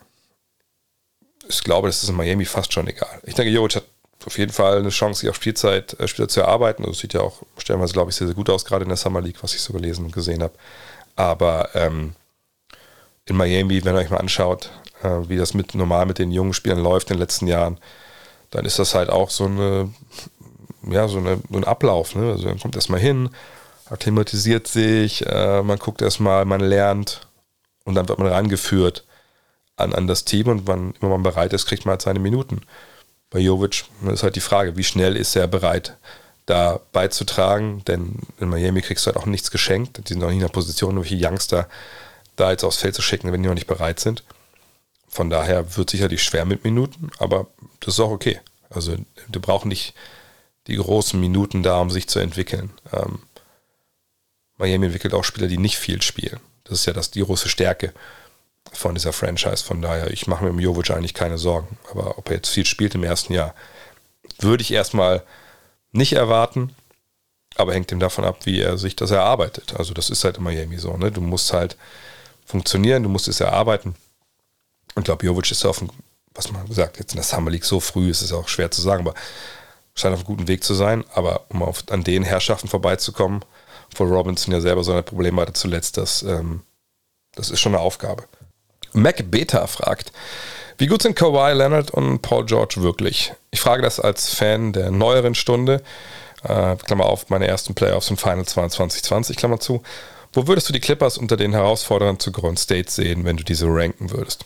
ich glaube, das ist in Miami fast schon egal. Ich denke, Jovic hat auf jeden Fall eine Chance, sich auf Spielzeit äh, Spieler zu erarbeiten. Also sieht ja auch stellenweise, glaube ich, sehr, sehr gut aus, gerade in der Summer League, was ich so gelesen und gesehen habe. Aber ähm, in Miami, wenn ihr euch mal anschaut, äh, wie das mit normal mit den jungen Spielern läuft in den letzten Jahren, dann ist das halt auch so eine, ja, so, eine, so ein Ablauf. Ne? Also man kommt erstmal hin, akklimatisiert sich, äh, man guckt erstmal, man lernt, und dann wird man rangeführt an, an das Team, und wann immer man bereit ist, kriegt man halt seine Minuten. Bei Jovic ist halt die Frage, wie schnell ist er bereit, da beizutragen, denn in Miami kriegst du halt auch nichts geschenkt. Die sind noch nicht in der Position, welche Youngster da jetzt aufs Feld zu schicken, wenn die noch nicht bereit sind. Von daher wird sicherlich schwer mit Minuten, aber das ist auch okay. Also du brauchst nicht die großen Minuten da, um sich zu entwickeln. Ähm, Miami entwickelt auch Spieler, die nicht viel spielen. Das ist ja das, die große Stärke von dieser Franchise. Von daher, ich mache mir um Jovic eigentlich keine Sorgen. Aber ob er jetzt viel spielt im ersten Jahr, würde ich erstmal nicht erwarten. Aber hängt ihm davon ab, wie er sich das erarbeitet. Also das ist halt in Miami so. Ne? Du musst halt funktionieren, du musst es erarbeiten. Und ich glaube, Jovic ist auf dem, was man gesagt, jetzt in der Summer League so früh ist es auch schwer zu sagen, aber scheint auf einem guten Weg zu sein. Aber um auf, an den Herrschaften vorbeizukommen, wo Robinson ja selber so ein Problem hatte zuletzt, das, ähm, das ist schon eine Aufgabe. Mac Beta fragt, wie gut sind Kawhi Leonard und Paul George wirklich? Ich frage das als Fan der neueren Stunde, äh, Klammer auf, meine ersten Playoffs im Final zwanzig zwanzig, Klammer zu. Wo würdest du die Clippers unter den Herausforderern zu Golden State sehen, wenn du diese ranken würdest?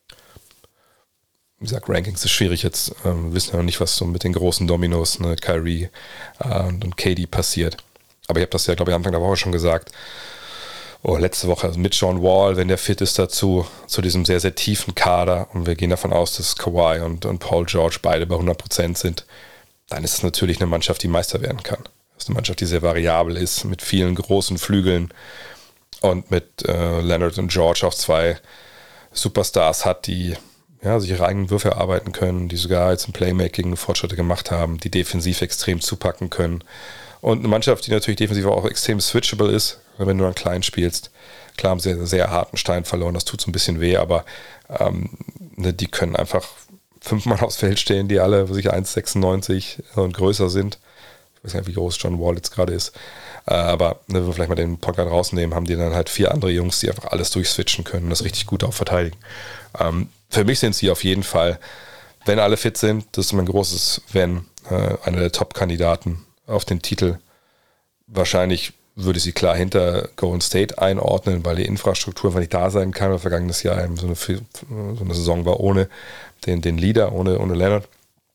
Wie gesagt, Rankings ist schwierig jetzt. Ähm, wir wissen ja noch nicht, was so mit den großen Dominos, ne, Kyrie äh, und K D passiert. Aber ich habe das ja, glaube ich, Anfang der Woche schon gesagt. oh, letzte Woche also mit John Wall, wenn der fit ist dazu, zu diesem sehr, sehr tiefen Kader und wir gehen davon aus, dass Kawhi und, und Paul George beide bei hundert Prozent sind, dann ist es natürlich eine Mannschaft, die Meister werden kann. Das ist eine Mannschaft, die sehr variabel ist, mit vielen großen Flügeln und mit äh, Leonard und George auch zwei Superstars hat, die ja, sich ihre eigenen Würfe erarbeiten können, die sogar jetzt im Playmaking Fortschritte gemacht haben, die defensiv extrem zupacken können. Und eine Mannschaft, die natürlich defensiv auch extrem switchable ist, wenn du dann klein spielst. Klar haben sie einen sehr harten Stein verloren, das tut so ein bisschen weh, aber ähm, ne, die können einfach fünfmal aufs Feld stehen, die alle sich eins Komma sechsundneunzig und größer sind. Ich weiß nicht, wie groß John Wall jetzt gerade ist. Äh, aber ne, wenn wir vielleicht mal den Podcast rausnehmen, haben die dann halt vier andere Jungs, die einfach alles durchswitchen können und das richtig gut auch verteidigen. Ähm, für mich sind sie auf jeden Fall, wenn alle fit sind, das ist mein großes Wenn, äh, einer der Top-Kandidaten auf den Titel. Wahrscheinlich würde ich sie klar hinter Golden State einordnen, weil die Infrastruktur einfach nicht da sein kann, weil vergangenes Jahr eben so eine, so eine Saison war ohne den, den Leader, ohne, ohne Leonard.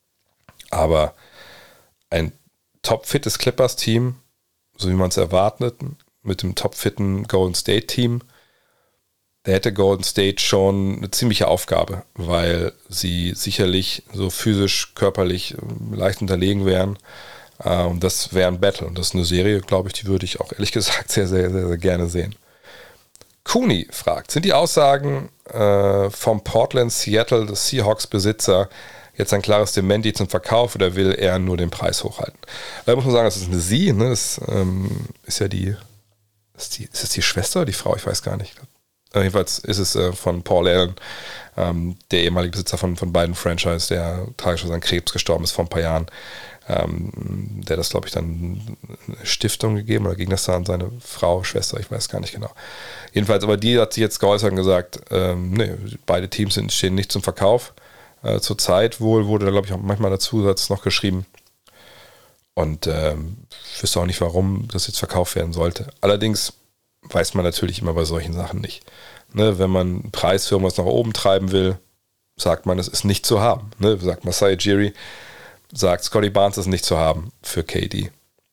Aber ein topfittes Clippers-Team, so wie man es erwartet, mit dem topfitten Golden State-Team, da hätte Golden State schon eine ziemliche Aufgabe, weil sie sicherlich so physisch, körperlich leicht unterlegen wären. Und das wäre ein Battle. Und das ist eine Serie, glaube ich, die würde ich auch ehrlich gesagt sehr, sehr, sehr, sehr gerne sehen. Kuni fragt, sind die Aussagen äh, vom Portland Seattle des Seahawks-Besitzer jetzt ein klares Dementi zum Verkauf oder will er nur den Preis hochhalten? Da muss man sagen, das ist eine Sie, ne? Das ähm, ist ja die ist, die, ist das die Schwester oder die Frau? Ich weiß gar nicht. Äh, jedenfalls ist es äh, von Paul Allen, ähm, der ehemalige Besitzer von, von beiden Franchise, der tragisch an Krebs gestorben ist vor ein paar Jahren. Ähm, der das, glaube ich, dann eine Stiftung gegeben oder ging das da an seine Frau, Schwester, ich weiß gar nicht genau. Jedenfalls, aber die hat sich jetzt geäußert und gesagt, ähm, nee, beide Teams sind, stehen nicht zum Verkauf. Äh, zur Zeit wohl wurde da, glaube ich, auch manchmal der Zusatz noch geschrieben. Und ähm, ich wüsste auch nicht, warum das jetzt verkauft werden sollte. Allerdings weiß man natürlich immer bei solchen Sachen nicht. Ne, wenn man einen Preis für irgendwas nach oben treiben will, sagt man, es ist nicht zu haben. Ne, sagt Masai Ujiri, sagt, Scotty Barnes ist nicht zu haben für K D.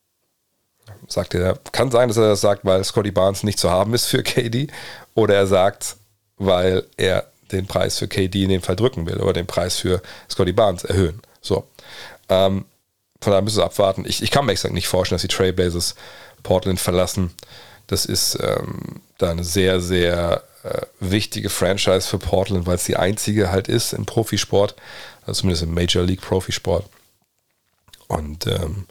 Sagt er, kann sein, dass er das sagt, weil Scotty Barnes nicht zu haben ist für K D, oder er sagt, weil er den Preis für K D in dem Fall drücken will oder den Preis für Scotty Barnes erhöhen. So. Ähm, von daher müssen wir abwarten. Ich, ich kann mir exakt nicht vorstellen, dass die Trailblazers Portland verlassen. Das ist ähm, da eine sehr, sehr äh, wichtige Franchise für Portland, weil es die einzige halt ist im Profisport, also zumindest im Major League Profisport. Und ähm,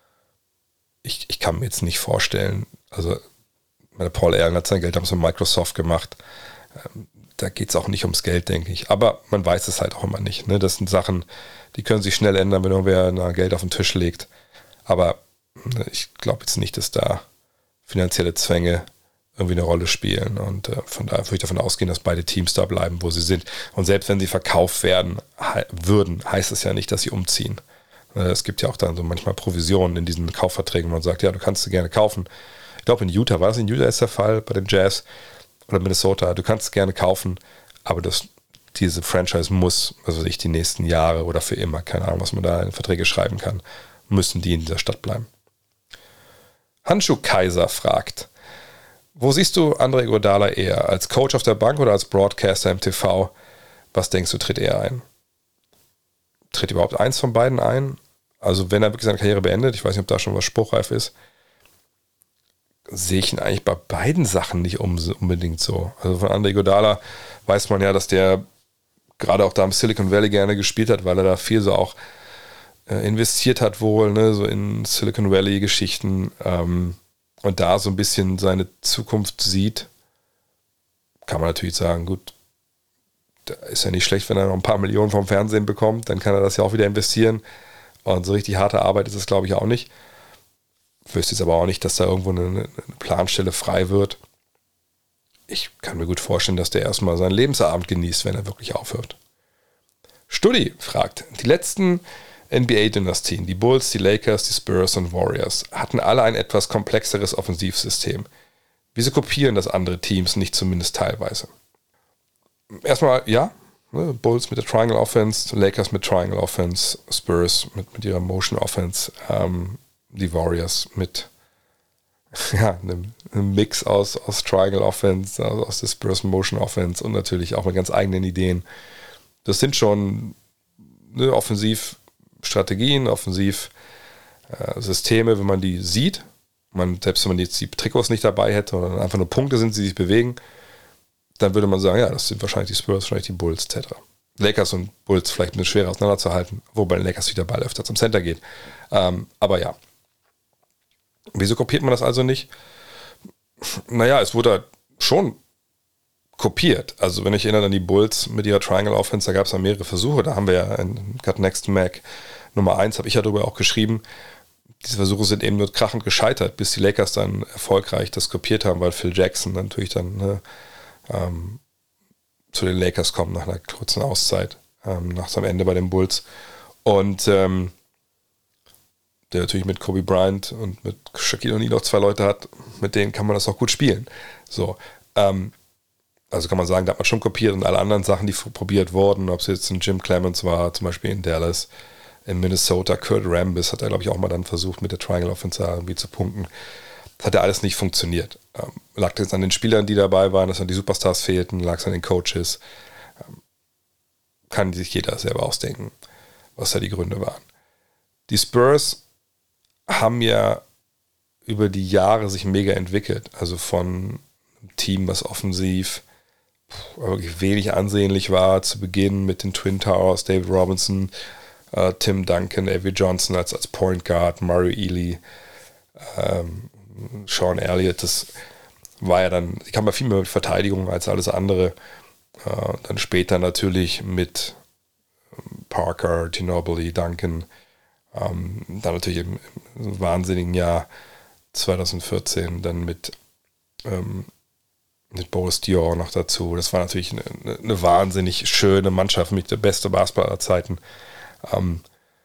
ich, ich kann mir jetzt nicht vorstellen, also meine Paul Allen hat sein Geld damals mit Microsoft gemacht, ähm, da geht es auch nicht ums Geld, denke ich. Aber man weiß es halt auch immer nicht. Ne? Das sind Sachen, die können sich schnell ändern, wenn irgendwer Geld auf den Tisch legt. Aber ne, ich glaube jetzt nicht, dass da finanzielle Zwänge irgendwie eine Rolle spielen. Und äh, von daher würde ich davon ausgehen, dass beide Teams da bleiben, wo sie sind. Und selbst wenn sie verkauft werden he- würden, heißt es ja nicht, dass sie umziehen. Es gibt ja auch dann so manchmal Provisionen in diesen Kaufverträgen, wo man sagt, ja, du kannst sie gerne kaufen. Ich glaube, in Utah, war das in Utah ist der Fall, bei den Jazz oder Minnesota, du kannst es gerne kaufen, aber das, diese Franchise muss, also ich die nächsten Jahre oder für immer, keine Ahnung, was man da in Verträge schreiben kann, müssen die in dieser Stadt bleiben. Handschuh Kaiser fragt, wo siehst du Andre Iguodala eher, als Coach auf der Bank oder als Broadcaster im T V? Was denkst du, tritt er ein? Tritt überhaupt eins von beiden ein? Also wenn er wirklich seine Karriere beendet, ich weiß nicht, ob da schon was spruchreif ist, sehe ich ihn eigentlich bei beiden Sachen nicht unbedingt so. Also von Andre Iguodala weiß man ja, dass der gerade auch da im Silicon Valley gerne gespielt hat, weil er da viel so auch äh, investiert hat wohl, ne, so in Silicon Valley Geschichten ähm, und da so ein bisschen seine Zukunft sieht. Kann man natürlich sagen, gut, da ist ja nicht schlecht, wenn er noch ein paar Millionen vom Fernsehen bekommt, dann kann er das ja auch wieder investieren. Und so richtig harte Arbeit ist es, glaube ich, auch nicht. Ich wüsste jetzt aber auch nicht, dass da irgendwo eine, eine Planstelle frei wird. Ich kann mir gut vorstellen, dass der erstmal seinen Lebensabend genießt, wenn er wirklich aufhört. Studi fragt, die letzten N B A-Dynastien, die Bulls, die Lakers, die Spurs und Warriors, hatten alle ein etwas komplexeres Offensivsystem. Wieso kopieren das andere Teams nicht zumindest teilweise? Erstmal, ja, ne, Bulls mit der Triangle Offense, Lakers mit Triangle Offense, Spurs mit, mit ihrer Motion Offense, ähm, die Warriors mit ja, einem, einem Mix aus, aus Triangle Offense, aus, aus Disperse Motion Offense und natürlich auch mit ganz eigenen Ideen. Das sind schon ne, Offensivstrategien, Offensivsysteme, äh, wenn man die sieht. Man, selbst wenn man jetzt die Trikots nicht dabei hätte oder einfach nur Punkte sind, die sich bewegen, dann würde man sagen, ja, das sind wahrscheinlich die Spurs, wahrscheinlich die Bulls, et cetera. Lakers und Bulls vielleicht ein bisschen schwerer auseinanderzuhalten, wobei den Lakers wieder Ball öfter zum Center geht. Ähm, aber ja. Wieso kopiert man das also nicht? Naja, es wurde schon kopiert. Also wenn ich erinnere an die Bulls mit ihrer Triangle Offense, da gab es ja mehrere Versuche. Da haben wir ja in Got Next Mac Nummer eins, habe ich ja darüber auch geschrieben. Diese Versuche sind eben nur krachend gescheitert, bis die Lakers dann erfolgreich das kopiert haben, weil Phil Jackson natürlich dann ne, ähm, zu den Lakers kommt nach einer kurzen Auszeit, ähm, nach seinem Ende bei den Bulls. Und ähm, der natürlich mit Kobe Bryant und mit Shaquille O'Neal noch zwei Leute hat, mit denen kann man das auch gut spielen. So, ähm, also kann man sagen, da hat man schon kopiert und alle anderen Sachen, die probiert wurden, ob es jetzt ein Jim Clemens war, zum Beispiel in Dallas, in Minnesota, Kurt Rambis hat er, glaube ich, auch mal dann versucht, mit der Triangle Offense irgendwie zu punkten. Das hat ja alles nicht funktioniert. Ähm, lag jetzt an den Spielern, die dabei waren, dass dann die Superstars fehlten, lag es an den Coaches. Ähm, kann sich jeder selber ausdenken, was da die Gründe waren. Die Spurs haben ja über die Jahre sich mega entwickelt. Also von einem Team, was offensiv wirklich wenig ansehnlich war, zu Beginn mit den Twin Towers, David Robinson, Uh, Tim Duncan, Avery Johnson als, als Point Guard, Mario Ely, ähm, Sean Elliott, das war ja dann, ich kam ja viel mehr mit Verteidigung als alles andere. Uh, dann später natürlich mit Parker, Ginobili, Duncan, ähm, dann natürlich im, im wahnsinnigen Jahr zwanzig vierzehn dann mit, ähm, mit Boris Diaw noch dazu. Das war natürlich eine, eine wahnsinnig schöne Mannschaft, für mich der beste Basketball aller Zeiten. Um,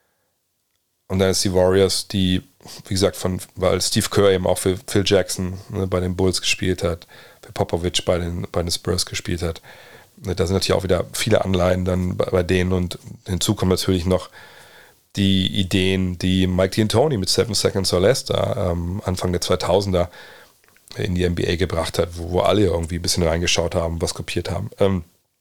und dann ist die Warriors, die, wie gesagt, von, weil Steve Kerr eben auch für Phil Jackson ne, bei den Bulls gespielt hat, für Popovich bei den, bei den Spurs gespielt hat. Da sind natürlich auch wieder viele Anleihen dann bei, bei denen und hinzu kommen natürlich noch die Ideen, die Mike D'Antoni mit Seven Seconds or Less da ähm, Anfang der zweitausender in die N B A gebracht hat, wo, wo alle irgendwie ein bisschen reingeschaut haben, was kopiert haben. Ähm,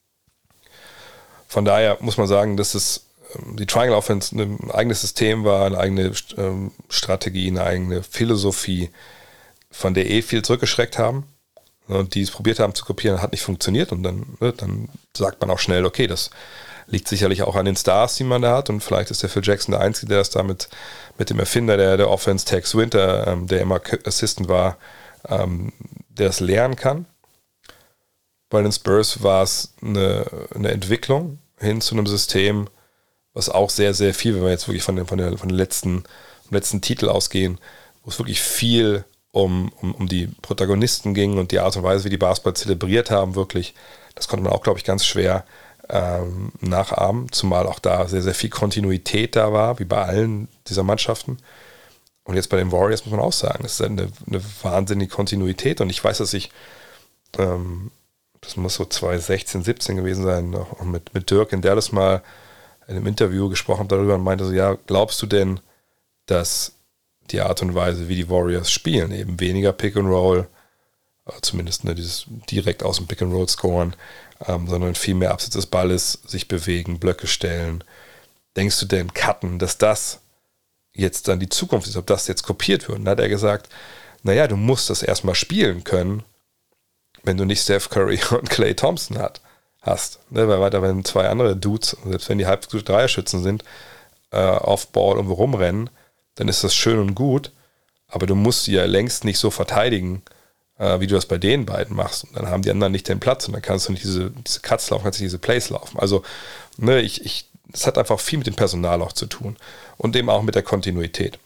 von daher muss man sagen, dass es die Triangle Offense ein eigenes System war, eine eigene ähm, Strategie, eine eigene Philosophie, von der eh viel zurückgeschreckt haben und die es probiert haben zu kopieren, hat nicht funktioniert und dann, ne, dann sagt man auch schnell, okay, das liegt sicherlich auch an den Stars, die man da hat und vielleicht ist der Phil Jackson der Einzige, der das damit mit dem Erfinder der, der Offense, Tex Winter, ähm, der immer Assistant war, ähm, der es lernen kann. Bei den Spurs war es eine, eine Entwicklung hin zu einem System, was auch sehr, sehr viel, wenn wir jetzt wirklich von den, von der, von den letzten, vom letzten Titel ausgehen, wo es wirklich viel um, um, um die Protagonisten ging und die Art und Weise, wie die Basketball zelebriert haben, wirklich, das konnte man auch, glaube ich, ganz schwer ähm, nachahmen, zumal auch da sehr, sehr viel Kontinuität da war, wie bei allen dieser Mannschaften. Und jetzt bei den Warriors muss man auch sagen, das ist eine, eine wahnsinnige Kontinuität und ich weiß, dass ich, ähm, das muss so zwanzig sechzehn, siebzehn gewesen sein, auch mit, mit Dirk in Dallas mal in einem Interview gesprochen habe darüber und meinte so, ja, glaubst du denn, dass die Art und Weise, wie die Warriors spielen, eben weniger Pick and Roll, zumindest ne, dieses direkt aus dem Pick and Roll scoren, ähm, sondern viel mehr abseits des Balles, sich bewegen, Blöcke stellen. Denkst du denn, cutten, dass das jetzt dann die Zukunft ist, ob das jetzt kopiert wird? Und da hat er gesagt, naja, du musst das erstmal spielen können, wenn du nicht Steph Curry und Klay Thompson hat. hast. Ne, weil weiter, wenn zwei andere Dudes, selbst wenn die halb gute Dreierschützen sind, äh, Off-Ball irgendwo rumrennen, dann ist das schön und gut, aber du musst sie ja längst nicht so verteidigen, äh, wie du das bei den beiden machst. Und dann haben die anderen nicht den Platz und dann kannst du nicht diese, diese Cuts laufen, kannst du nicht diese Plays laufen. Also, ne, ich, ich, das hat einfach viel mit dem Personal auch zu tun und eben auch mit der Kontinuität.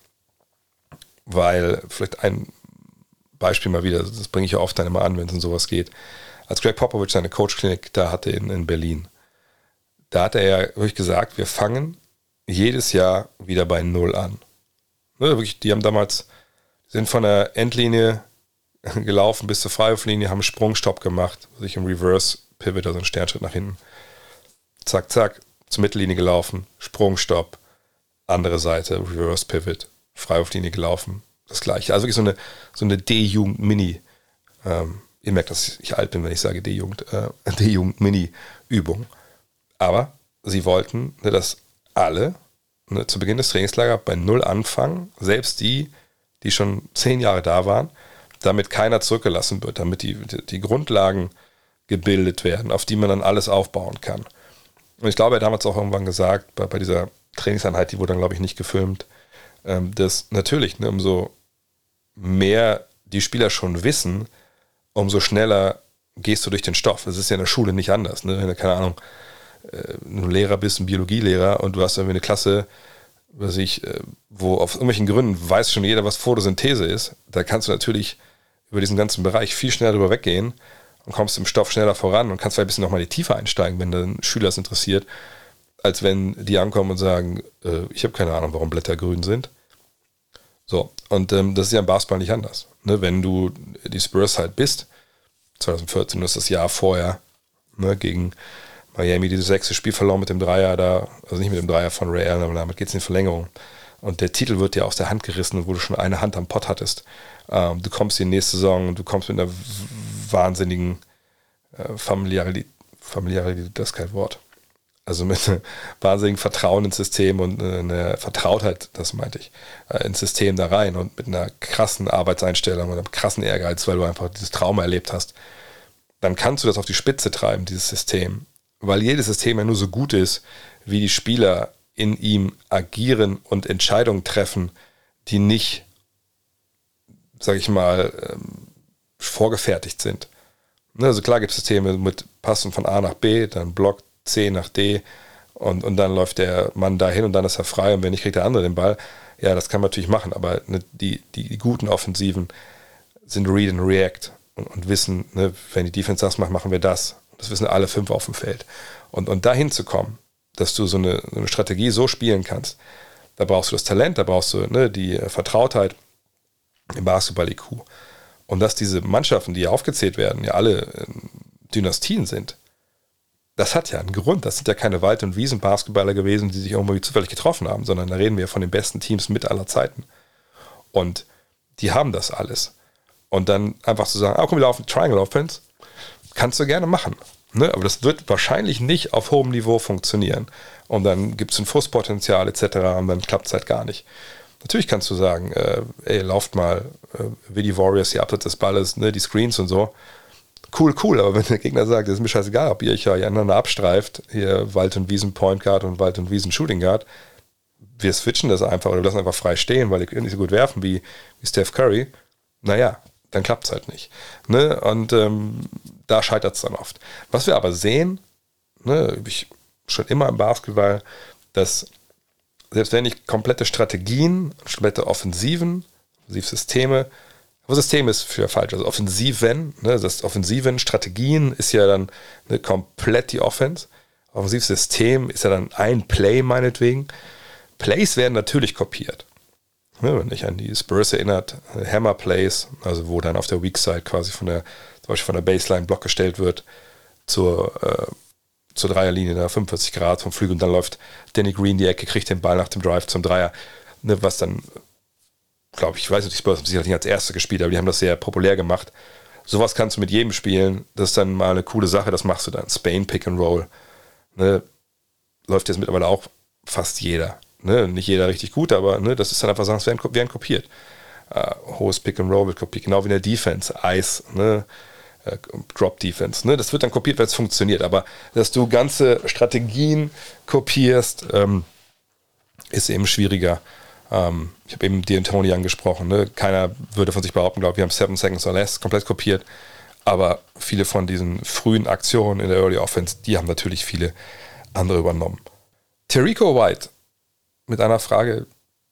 Weil, vielleicht ein Beispiel mal wieder, das bringe ich ja oft dann immer an, wenn es um sowas geht. Als Greg Popovich seine Coach-Klinik da hatte in, in Berlin, da hat er ja wirklich gesagt, wir fangen jedes Jahr wieder bei Null an. Ne, wirklich, die haben damals, sind von der Endlinie gelaufen bis zur Freiwurflinie, haben einen Sprungstopp gemacht, sich im Reverse-Pivot, also einen Sternschritt nach hinten. Zack, zack, zur Mittellinie gelaufen, Sprungstopp, andere Seite, Reverse-Pivot, Freiwurflinie gelaufen, das Gleiche. Also wirklich so eine, so eine D-Jugend-Mini, ähm, ihr merkt, dass ich alt bin, wenn ich sage D-Jugend, äh, D-Jugend-Mini-Übung. Aber sie wollten, ne, dass alle ne, zu Beginn des Trainingslagers bei Null anfangen, selbst die, die schon zehn Jahre da waren, damit keiner zurückgelassen wird, damit die, die, die Grundlagen gebildet werden, auf die man dann alles aufbauen kann. Und ich glaube, er hat damals auch irgendwann gesagt, bei, bei dieser Trainingseinheit, die wurde dann, glaube ich, nicht gefilmt, ähm, dass natürlich, ne, umso mehr die Spieler schon wissen, umso schneller gehst du durch den Stoff. Das ist ja in der Schule nicht anders. Ne? Wenn du, keine Ahnung, ein Lehrer bist, ein Biologielehrer und du hast irgendwie eine Klasse, was ich, wo auf irgendwelchen Gründen weiß schon jeder, was Photosynthese ist, da kannst du natürlich über diesen ganzen Bereich viel schneller drüber weggehen und kommst im Stoff schneller voran und kannst vielleicht ein bisschen nochmal in die Tiefe einsteigen, wenn dein Schüler es interessiert, als wenn die ankommen und sagen, äh, ich habe keine Ahnung, warum Blätter grün sind. So, und ähm, das ist ja im Basketball nicht anders. Ne? Wenn du die Spurs halt bist, zwanzig vierzehn, das ist das Jahr vorher, ne, gegen Miami dieses sechste Spiel verloren mit dem Dreier da, also nicht mit dem Dreier von Ray Allen, aber damit geht es in die Verlängerung. Und der Titel wird dir aus der Hand gerissen, wo du schon eine Hand am Pott hattest. Ähm, du kommst in die nächste Saison und du kommst mit einer wahnsinnigen äh, Familiarität, Familiarität, das ist kein Wort. Also mit einem wahnsinnigen Vertrauen ins System und eine Vertrautheit, das meinte ich, äh, ins System da rein und mit einer krassen Arbeitseinstellung und einem krassen Ehrgeiz, weil du einfach dieses Trauma erlebt hast. Dann kannst du das auf die Spitze treiben, dieses System. Weil jedes System ja nur so gut ist, wie die Spieler in ihm agieren und Entscheidungen treffen, die nicht, sag ich mal, ähm, vorgefertigt sind. Also klar gibt es Systeme mit Passen von A nach B, dann Block C nach D und, und dann läuft der Mann dahin und dann ist er frei und wenn nicht, kriegt der andere den Ball. Ja, das kann man natürlich machen, aber ne, die, die, die guten Offensiven sind Read and React und, und wissen, ne, wenn die Defense das macht, machen wir das. Das wissen alle fünf auf dem Feld. Und, und dahin zu kommen, dass du so eine, so eine Strategie so spielen kannst, da brauchst du das Talent, da brauchst du ne, die Vertrautheit im Basketball-I Q. Und dass diese Mannschaften, die aufgezählt werden, ja alle äh, Dynastien sind, das hat ja einen Grund. Das sind ja keine Wald- und Wiesen-Basketballer gewesen, die sich irgendwie zufällig getroffen haben, sondern da reden wir von den besten Teams mit aller Zeiten. Und die haben das alles. Und dann einfach zu sagen, ah, komm, wir laufen Triangle Offense, kannst du gerne machen. Ne? Aber das wird wahrscheinlich nicht auf hohem Niveau funktionieren. Und dann gibt es ein Frustpotenzial et cetera und dann klappt es halt gar nicht. Natürlich kannst du sagen, äh, ey, lauft mal äh, wie die Warriors, die Absatz des Balles, ne, die Screens und so. Cool, cool, aber wenn der Gegner sagt, es ist mir scheißegal, ob ihr euch ja einander abstreift, hier Wald- und Wiesen Point Guard und Wald- und Wiesen Shooting Guard, wir switchen das einfach oder wir lassen einfach frei stehen, weil die nicht so gut werfen wie, wie Steph Curry, naja, dann klappt es halt nicht. Ne? Und ähm, da scheitert es dann oft. Was wir aber sehen, ne, ich schon immer im Basketball, dass selbst wenn ich komplette Strategien, komplette Offensiven, Offensivsysteme, aber System ist für falsch, also Offensiven, ne, das Offensiven, Strategien ist ja dann ne, komplett die Offense. Offensivsystem ist ja dann ein Play meinetwegen. Plays werden natürlich kopiert. Ne, wenn ich an die Spurs erinnert, Hammer Plays, also wo dann auf der Weak Side quasi von der, zum Beispiel von der Baseline Block gestellt wird zur, äh, zur Dreierlinie, da fünfundvierzig Grad vom Flügel und dann läuft Danny Green die Ecke, kriegt den Ball nach dem Drive zum Dreier, ne, was dann, glaube ich, ich weiß nicht, die Spurs haben sicherlich nicht als Erste gespielt, aber die haben das sehr populär gemacht. Sowas kannst du mit jedem spielen, das ist dann mal eine coole Sache, das machst du dann, Spain Pick and Roll, ne, läuft jetzt mittlerweile auch fast jeder. Ne, nicht jeder richtig gut, aber ne, das ist dann einfach sagen, es werden, werden kopiert. Uh, hohes Pick and Roll wird kopiert, genau wie in der Defense, Ice, ne, uh, Drop Defense. Ne, das wird dann kopiert, weil es funktioniert. Aber dass du ganze Strategien kopierst, ähm, ist eben schwieriger. Ähm, ich habe eben D'Antoni angesprochen. Ne, keiner würde von sich behaupten, glaube ich, wir haben Seven Seconds or Less komplett kopiert. Aber viele von diesen frühen Aktionen in der Early Offense, die haben natürlich viele andere übernommen. Terrico White mit einer Frage,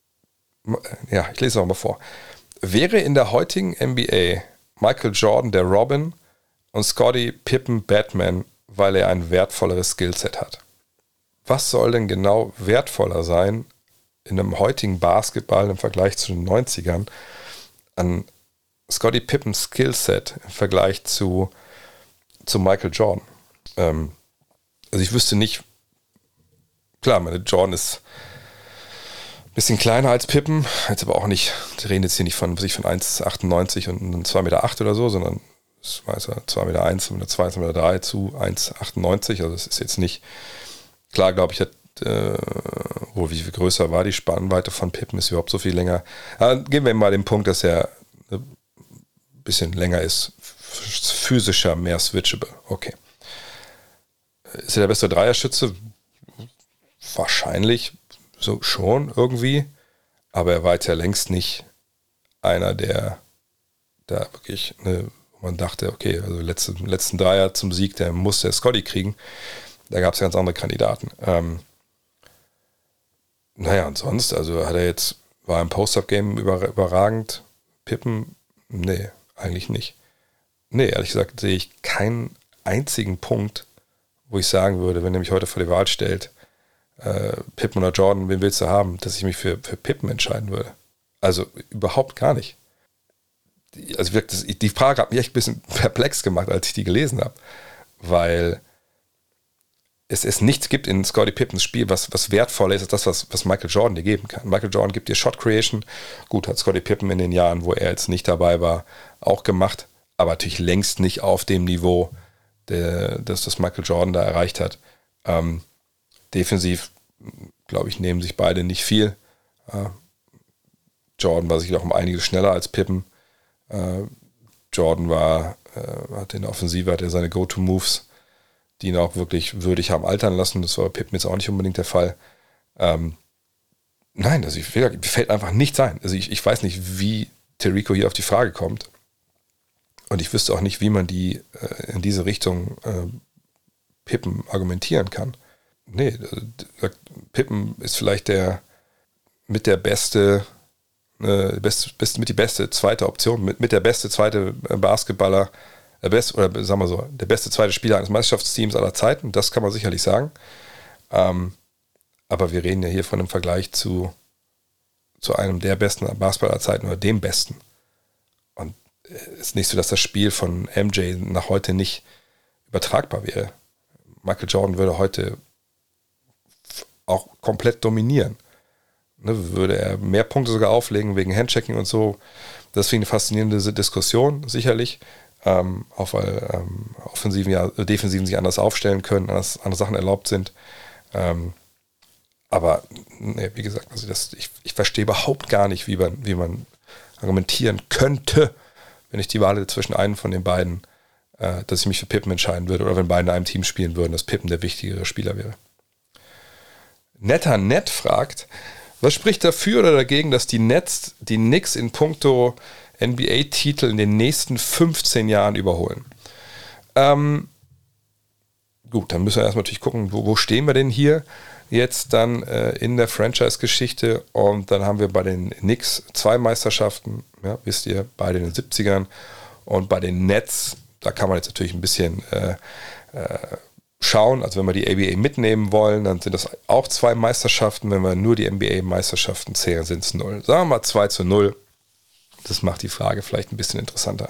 ja, ich lese es auch mal vor. Wäre in der heutigen N B A Michael Jordan der Robin und Scottie Pippen Batman, weil er ein wertvolleres Skillset hat? Was soll denn genau wertvoller sein in einem heutigen Basketball im Vergleich zu den neunzigern an Scottie Pippens Skillset im Vergleich zu, zu Michael Jordan? Ähm, also ich wüsste nicht, klar, meine Jordan ist Bisschen kleiner als Pippen, jetzt aber auch nicht, wir reden jetzt hier nicht von, sich von eins Komma achtundneunzig und zwei Komma acht Meter oder so, sondern das war also zwei Komma eins, zwei Komma zwei, zwei Komma drei zu eins Komma achtundneunzig, also das ist jetzt nicht, klar glaube ich, hat, äh, wo wie viel größer war die Spannweite von Pippen, ist überhaupt so viel länger. Aber geben wir ihm mal den Punkt, dass er ein bisschen länger ist, physischer, mehr switchable, okay. Ist er der beste Dreierschütze? Wahrscheinlich so schon irgendwie, aber er war jetzt ja längst nicht einer, der da wirklich, ne, wo man dachte, okay, also letzten, letzten Dreier zum Sieg, der muss der Scotty kriegen. Da gab es ganz andere Kandidaten. Ähm, naja, und sonst, also hat er jetzt, war im Post-Up-Game über, überragend. Pippen? Nee, eigentlich nicht. Nee, ehrlich gesagt sehe ich keinen einzigen Punkt, wo ich sagen würde, wenn er mich heute vor die Wahl stellt, äh, Pippen oder Jordan, wen willst du haben, dass ich mich für, für Pippen entscheiden würde. Also überhaupt gar nicht. Die, also wirklich, die Frage hat mich echt ein bisschen perplex gemacht, als ich die gelesen habe, weil es, es nichts gibt in Scottie Pippens Spiel, was, was wertvoller ist als das, was, was Michael Jordan dir geben kann. Michael Jordan gibt dir Shot Creation. Gut, hat Scottie Pippen in den Jahren, wo er jetzt nicht dabei war, auch gemacht, aber natürlich längst nicht auf dem Niveau, der, das das Michael Jordan da erreicht hat. Ähm, defensiv, glaube ich, nehmen sich beide nicht viel. Äh, Jordan war sicher auch um einiges schneller als Pippen. Äh, Jordan war, äh, hat in der Offensive, hat er seine Go-To-Moves, die ihn auch wirklich würdig haben altern lassen. Das war bei Pippen jetzt auch nicht unbedingt der Fall. Ähm, nein, also ich, mir fällt einfach nichts ein. Also ich, ich weiß nicht, wie Tirico hier auf die Frage kommt. Und ich wüsste auch nicht, wie man die äh, in diese Richtung äh, Pippen argumentieren kann. Nee, äh, Pippen ist vielleicht der mit der beste, äh, best, best, mit die beste zweite Option, mit, mit der beste zweite Basketballer, der best, oder sagen wir so, der beste zweite Spieler eines Meisterschaftsteams aller Zeiten, das kann man sicherlich sagen. Ähm, aber wir reden ja hier von einem Vergleich zu, zu einem der besten Basketballer aller Zeiten oder dem besten. Und es ist nicht so, dass das Spiel von M J nach heute nicht übertragbar wäre. Michael Jordan würde heute auch komplett dominieren. Ne, würde er mehr Punkte sogar auflegen wegen Handchecking und so. Das finde ich eine faszinierende Diskussion, sicherlich. Ähm, auch weil ähm, Offensiven ja, Defensiven sich anders aufstellen können, anders, andere Sachen erlaubt sind. Ähm, aber ne, wie gesagt, also das, ich, ich verstehe überhaupt gar nicht, wie man, wie man argumentieren könnte, wenn ich die Wahl hätte zwischen einem von den beiden, äh, dass ich mich für Pippen entscheiden würde, oder wenn beide in einem Team spielen würden, dass Pippen der wichtigere Spieler wäre. Netter Nett fragt, was spricht dafür oder dagegen, dass die Nets die Knicks in puncto N B A-Titel in den nächsten fünfzehn Jahren überholen? Ähm, gut, dann müssen wir erstmal natürlich gucken, wo, wo stehen wir denn hier jetzt dann äh, in der Franchise-Geschichte, und dann haben wir bei den Knicks zwei Meisterschaften, ja, wisst ihr, beide in den siebzigern, und bei den Nets, da kann man jetzt natürlich ein bisschen äh, äh, schauen, also wenn wir die A B A mitnehmen wollen, dann sind das auch zwei Meisterschaften, wenn wir nur die N B A-Meisterschaften zählen, sind es null. Sagen wir mal zwei zu null, das macht die Frage vielleicht ein bisschen interessanter.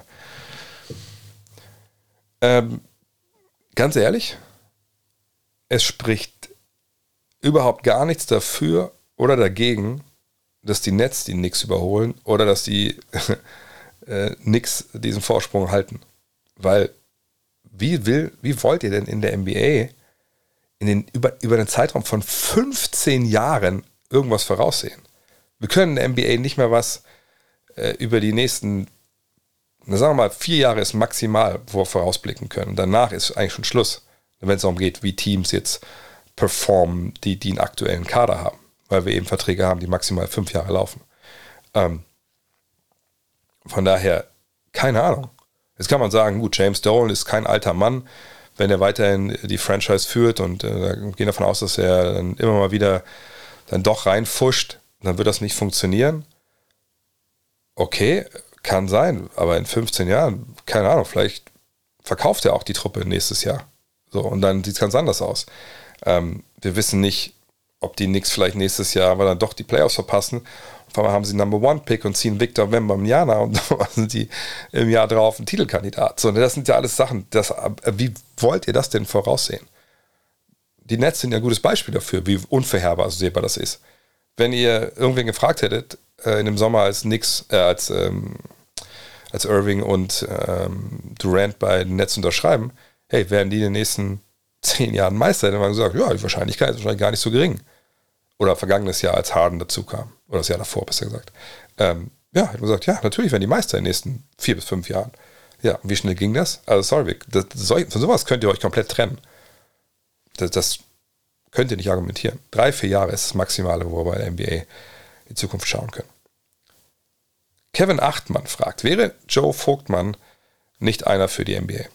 Ähm, ganz ehrlich, es spricht überhaupt gar nichts dafür oder dagegen, dass die Nets die Knicks überholen oder dass die äh, Knicks diesen Vorsprung halten. Weil, wie will, wie wollt ihr denn in der N B A in den, über, über einen Zeitraum von fünfzehn Jahren irgendwas voraussehen? Wir können in der N B A nicht mehr was äh, über die nächsten, na sagen wir mal, vier Jahre ist maximal, wo wir vorausblicken können. Danach ist eigentlich schon Schluss, wenn es darum geht, wie Teams jetzt performen, die, die einen aktuellen Kader haben, weil wir eben Verträge haben, die maximal fünf Jahre laufen. Ähm, von daher, keine Ahnung. Jetzt kann man sagen, gut, James Dolan ist kein alter Mann, wenn er weiterhin die Franchise führt, und äh, da gehen davon aus, dass er dann immer mal wieder dann doch reinfuscht, dann wird das nicht funktionieren. Okay, kann sein, aber in fünfzehn Jahren, keine Ahnung, vielleicht verkauft er auch die Truppe nächstes Jahr. So, und dann sieht es ganz anders aus. Ähm, wir wissen nicht, ob die Knicks vielleicht nächstes Jahr, weil dann doch die Playoffs verpassen. Auf einmal haben sie Number One Pick und ziehen Victor Wembanyama und dann sind die im Jahr drauf ein Titelkandidat. So, das sind ja alles Sachen. Das, wie wollt ihr das denn voraussehen? Die Nets sind ja ein gutes Beispiel dafür, wie unvorhersehbar das ist. wenn ihr irgendwen gefragt hättet, äh, in dem Sommer als Knicks, äh, als, ähm, als Irving und ähm, Durant bei den Nets unterschreiben, hey, werden die in den nächsten zehn Jahren Meister? Dann haben wir gesagt, ja, die Wahrscheinlichkeit ist wahrscheinlich gar nicht so gering. Oder vergangenes Jahr, als Harden dazu kam. Oder das Jahr davor, besser gesagt. Ähm, ja, hätten wir gesagt, ja, natürlich werden die Meister in den nächsten vier bis fünf Jahren. Ja, wie schnell ging das? Also, sorry, das, von sowas könnt ihr euch komplett trennen. Das, das könnt ihr nicht argumentieren. Drei, vier Jahre ist das Maximale, wo wir bei der N B A in die Zukunft schauen können. Kevin Achtmann fragt, wäre Joe Vogtmann nicht einer für die N B A?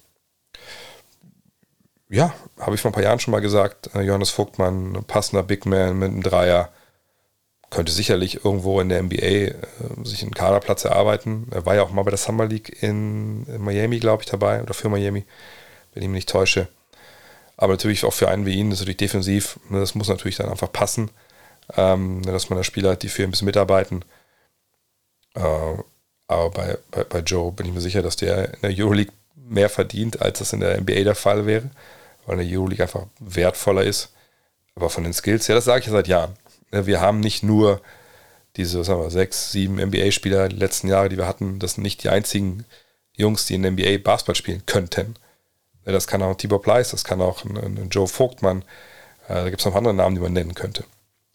Ja, habe ich vor ein paar Jahren schon mal gesagt, Johannes Vogtmann, ein passender Big Man mit einem Dreier, könnte sicherlich irgendwo in der N B A äh, sich einen Kaderplatz erarbeiten. Er war ja auch mal bei der Summer League in, in Miami, glaube ich, dabei, oder für Miami, wenn ich mich nicht täusche. Aber natürlich auch für einen wie ihn, das ist natürlich defensiv, ne, das muss natürlich dann einfach passen, ähm, dass man da Spieler hat, die für ihn ein bisschen mitarbeiten. Äh, aber bei, bei, bei Joe bin ich mir sicher, dass der in der Euroleague mehr verdient, als das in der N B A der Fall wäre, weil in der Euroleague einfach wertvoller ist. Aber von den Skills, ja, das sage ich ja seit Jahren. Wir haben nicht nur diese, sagen wir, sechs, sieben N B A-Spieler die letzten Jahre, die wir hatten. Das sind nicht die einzigen Jungs, die in der N B A Basketball spielen könnten. Das kann auch Tibor Pleiss, das kann auch ein, ein Joe Vogtmann. Da gibt es noch andere Namen, die man nennen könnte.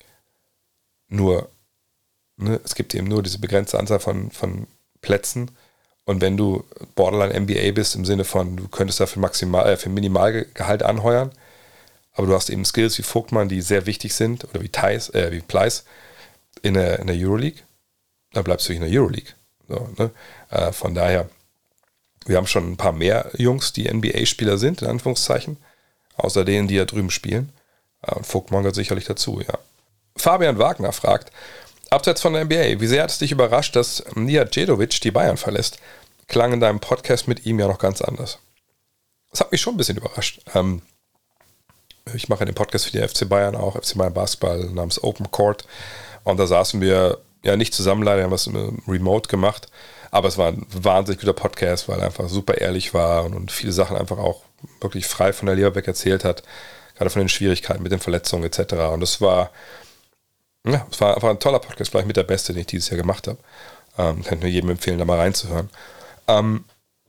Nur, ne, es gibt eben nur diese begrenzte Anzahl von, von Plätzen. Und wenn du Borderline N B A bist, im Sinne von, du könntest dafür maximal, äh, für Minimalgehalt anheuern, aber du hast eben Skills wie Vogtmann, die sehr wichtig sind, oder wie Theis, äh, wie Pleiss in der, in der Euroleague, dann bleibst du in der Euroleague. So, ne? äh, von daher, wir haben schon ein paar mehr Jungs, die N B A-Spieler sind, in Anführungszeichen, außer denen, die ja drüben spielen. Äh, und Vogtmann gehört sicherlich dazu, ja. Fabian Wagner fragt, abseits von der N B A, wie sehr hat es dich überrascht, dass Mijat Djedovic die Bayern verlässt? Klang in deinem Podcast mit ihm ja noch ganz anders. Das hat mich schon ein bisschen überrascht. Ähm, Ich mache den Podcast für die F C Bayern auch, F C Bayern Basketball namens Open Court. Und da saßen wir ja nicht zusammen, leider haben wir es remote gemacht. Aber es war ein wahnsinnig guter Podcast, weil er einfach super ehrlich war und, und viele Sachen einfach auch wirklich frei von der Leber weg erzählt hat. Gerade von den Schwierigkeiten mit den Verletzungen et cetera. Und das war, ja, es war einfach ein toller Podcast, vielleicht mit der beste, den ich dieses Jahr gemacht habe. Ähm, kann ich nur jedem empfehlen, da mal reinzuhören. Ähm,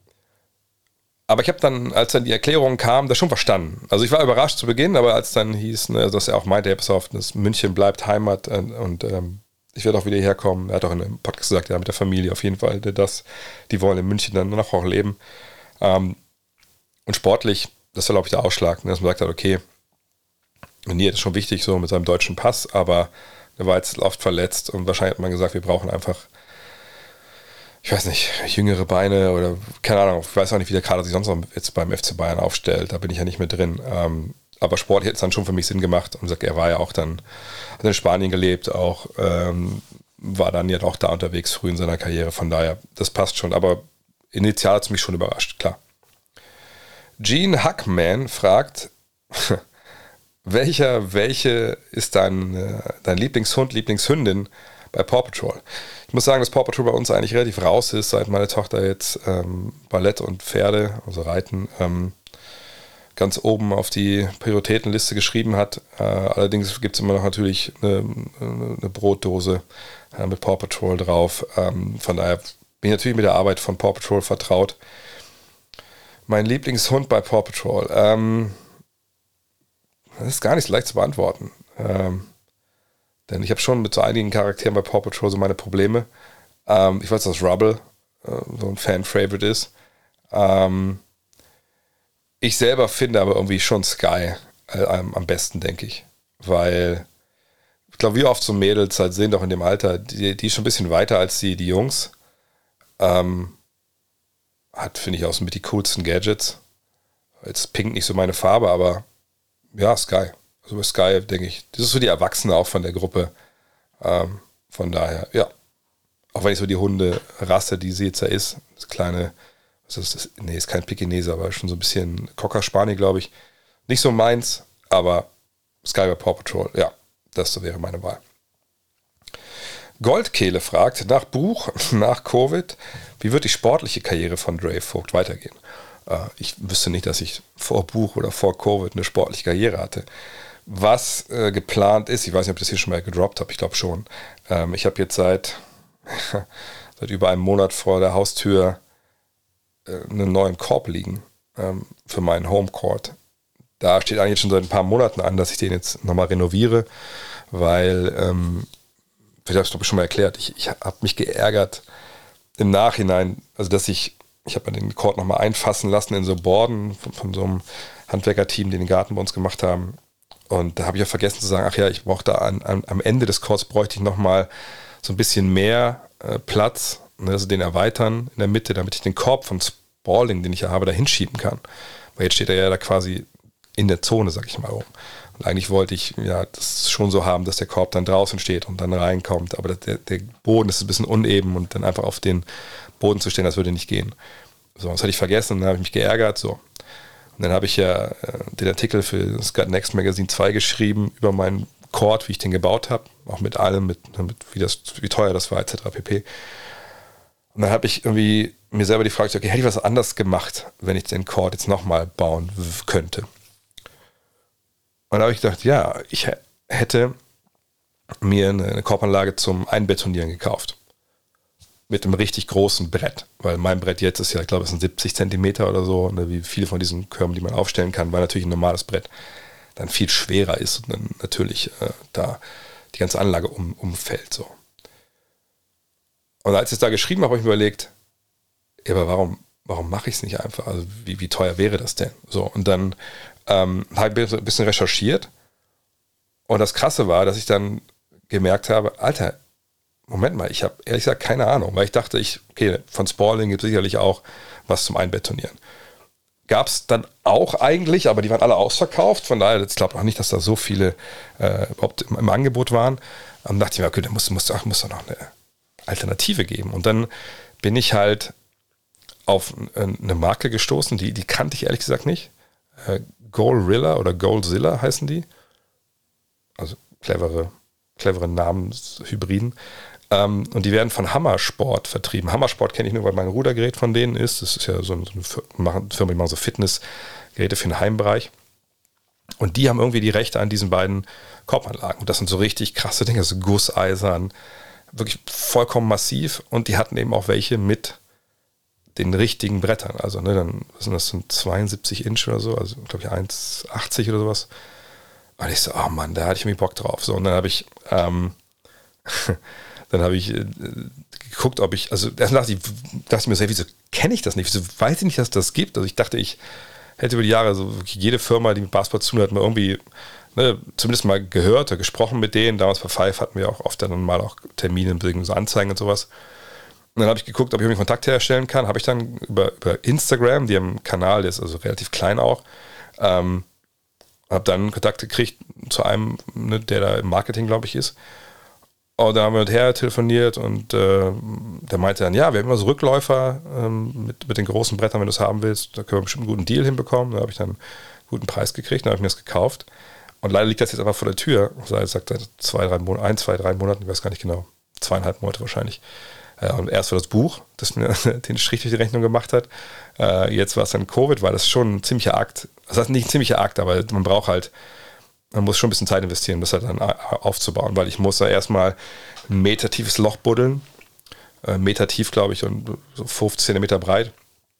Aber ich habe dann, als dann die Erklärung kam, das schon verstanden. Also ich war überrascht zu Beginn, aber als dann hieß, ne, dass er auch meinte, pass auf, das München bleibt Heimat und, und ähm, ich werde auch wieder herkommen. Er hat auch in einem Podcast gesagt, ja, mit der Familie auf jeden Fall, das, die wollen in München dann noch auch leben. Ähm, und sportlich, das war, glaube ich, der Ausschlag, ne, dass man gesagt hat, okay, Nier ist schon wichtig, so mit seinem deutschen Pass, aber er war jetzt oft verletzt und wahrscheinlich hat man gesagt, wir brauchen einfach, ich weiß nicht, jüngere Beine oder keine Ahnung, ich weiß auch nicht, wie der Kader sich sonst noch jetzt beim F C Bayern aufstellt, da bin ich ja nicht mehr drin. Ähm, aber Sport hätte es dann schon für mich Sinn gemacht und gesagt, er war ja auch dann, hat in Spanien gelebt, auch ähm, war dann ja auch da unterwegs früh in seiner Karriere, von daher, das passt schon, aber initial hat es mich schon überrascht, klar. Gene Hackman fragt, welcher, welche ist dein, dein Lieblingshund, Lieblingshündin bei Paw Patrol? Ich muss sagen, dass Paw Patrol bei uns eigentlich relativ raus ist, seit meine Tochter jetzt ähm, Ballett und Pferde, also Reiten, ähm, ganz oben auf die Prioritätenliste geschrieben hat. Äh, allerdings gibt es immer noch natürlich eine, eine Brotdose äh, mit Paw Patrol drauf. Ähm, von daher bin ich natürlich mit der Arbeit von Paw Patrol vertraut. Mein Lieblingshund bei Paw Patrol. Ähm, das ist gar nicht so leicht zu beantworten. Ähm, Denn ich habe schon mit so einigen Charakteren bei Paw Patrol so meine Probleme. Ähm, ich weiß, dass Rubble äh, so ein Fan-Favorite ist. Ähm, ich selber finde aber irgendwie schon Sky äh, am besten, denke ich. Weil, ich glaube, wie oft so Mädels halt sind, auch in dem Alter, die, die ist schon ein bisschen weiter als die, die Jungs. Ähm, hat, finde ich, auch so mit die coolsten Gadgets. Jetzt Pink nicht so meine Farbe, aber ja, Sky. Also bei Sky, denke ich, das ist so die Erwachsene auch von der Gruppe. Ähm, von daher, ja. Auch wenn ich so die Hunderasse, die sie jetzt ja ist, das kleine, was ist das? Nee, ist kein Pekinese, aber schon so ein bisschen Cocker Spaniel, glaube ich. Nicht so meins, aber Sky bei Paw Patrol, ja, das so wäre meine Wahl. Goldkehle fragt, nach Buch, nach Covid, wie wird die sportliche Karriere von Dre Vogt weitergehen? Äh, ich wüsste nicht, dass ich vor Buch oder vor Covid eine sportliche Karriere hatte. was äh, geplant ist, ich weiß nicht, ob ich das hier schon mal gedroppt habe, ich glaube schon. Ähm, ich habe jetzt seit, seit über einem Monat vor der Haustür äh, einen neuen Korb liegen ähm, für meinen Homecourt. Da steht eigentlich schon seit ein paar Monaten an, dass ich den jetzt nochmal renoviere, weil, ähm, ich habe es glaube ich schon mal erklärt, ich, ich habe mich geärgert im Nachhinein, also dass ich, ich habe den Court nochmal einfassen lassen in so Borden von, von so einem Handwerkerteam, die den Garten bei uns gemacht haben. Und da habe ich auch vergessen zu sagen, ach ja, ich brauche da an, an, am Ende des Courts bräuchte ich nochmal so ein bisschen mehr äh, Platz, ne, also den erweitern in der Mitte, damit ich den Korb von Spalding, den ich ja habe, da hinschieben kann. Weil jetzt steht er ja da quasi in der Zone, sag ich mal rum. Und eigentlich wollte ich ja das schon so haben, dass der Korb dann draußen steht und dann reinkommt. Aber der, der Boden ist ein bisschen uneben und dann einfach auf den Boden zu stehen, das würde nicht gehen. So, das hatte ich vergessen und dann habe ich mich geärgert. So. Und dann habe ich ja äh, den Artikel für das Gut Next Magazine zwei geschrieben über meinen Court, wie ich den gebaut habe, auch mit allem, mit, mit wie, das, wie teuer das war, et cetera pp. Und dann habe ich irgendwie mir selber die Frage gestellt, okay, hätte ich was anders gemacht, wenn ich den Court jetzt nochmal bauen w- könnte? Und da habe ich gedacht, ja, ich hätte mir eine, eine Korbanlage zum Einbetonieren gekauft. Mit einem richtig großen Brett. Weil mein Brett jetzt ist ja, ich glaube, es sind siebzig Zentimeter oder so, ne, wie viele von diesen Körben, die man aufstellen kann, weil natürlich ein normales Brett dann viel schwerer ist und dann natürlich äh, da die ganze Anlage um, umfällt. So. Und als ich es da geschrieben habe, habe ich mir überlegt, ja, aber warum, warum mache ich es nicht einfach? Also wie, wie teuer wäre das denn? So, und dann ähm, habe ich ein bisschen recherchiert und das Krasse war, dass ich dann gemerkt habe, Alter, Moment mal, ich habe ehrlich gesagt keine Ahnung, weil ich dachte, ich, okay, von Spalding gibt es sicherlich auch was zum Einbetonieren. Gab es dann auch eigentlich, aber die waren alle ausverkauft, von daher, ich glaube noch nicht, dass da so viele äh, überhaupt im, im Angebot waren. Und dann dachte ich mir, okay, da muss, muss, ach, muss da noch eine Alternative geben. Und dann bin ich halt auf eine Marke gestoßen, die, die kannte ich ehrlich gesagt nicht. Äh, Goalrilla oder Goalzilla heißen die. Also clevere, clevere Namenshybriden. Ähm, und die werden von Hammersport vertrieben. Hammersport kenne ich nur, weil mein Rudergerät von denen ist. Das ist ja so eine, so eine Firma, die machen so Fitnessgeräte für den Heimbereich. Und die haben irgendwie die Rechte an diesen beiden Korbanlagen. Und das sind so richtig krasse Dinge, so Gusseisern, wirklich vollkommen massiv. Und die hatten eben auch welche mit den richtigen Brettern. Also, ne, dann sind das so zweiundsiebzig Inch oder so, also glaube ich eins achtzig oder sowas. Und ich so, oh Mann, da hatte ich irgendwie Bock drauf. So, und dann habe ich, ähm, dann habe ich äh, geguckt, ob ich, also erst dachte ich, dachte ich mir so, hey, wieso kenne ich das nicht? Wieso weiß ich nicht, dass es das gibt? Also ich dachte, ich hätte über die Jahre so jede Firma, die mit Basketball zu tun hat, mal irgendwie, ne, zumindest mal gehört oder gesprochen mit denen. Damals bei Five hatten wir auch oft dann mal auch Termine, so Anzeigen und sowas. Und dann habe ich geguckt, ob ich irgendwie Kontakt herstellen kann. Habe ich dann über, über Instagram, die haben einen Kanal, der ist also relativ klein auch, ähm, habe dann Kontakt gekriegt zu einem, ne, der da im Marketing, glaube ich, ist. Und dann haben wir mit her telefoniert und äh, der meinte dann, ja, wir haben immer so Rückläufer ähm, mit, mit den großen Brettern, wenn du es haben willst, da können wir bestimmt einen guten Deal hinbekommen. Da habe ich dann einen guten Preis gekriegt, dann habe ich mir das gekauft. Und leider liegt das jetzt einfach vor der Tür, seit, seit zwei, drei Monaten, ein, zwei, drei Monaten, ich weiß gar nicht genau, zweieinhalb Monate wahrscheinlich. Äh, und erst war das Buch, das mir den Strich durch die Rechnung gemacht hat. Äh, jetzt war es dann Covid, weil das schon ein ziemlicher Akt, das heißt nicht ein ziemlicher Akt, aber man braucht halt, man muss schon ein bisschen Zeit investieren, das halt dann aufzubauen, weil ich muss da erstmal ein Meter tiefes Loch buddeln, äh, Meter tief, glaube ich, und so fünfzehn Zentimeter breit.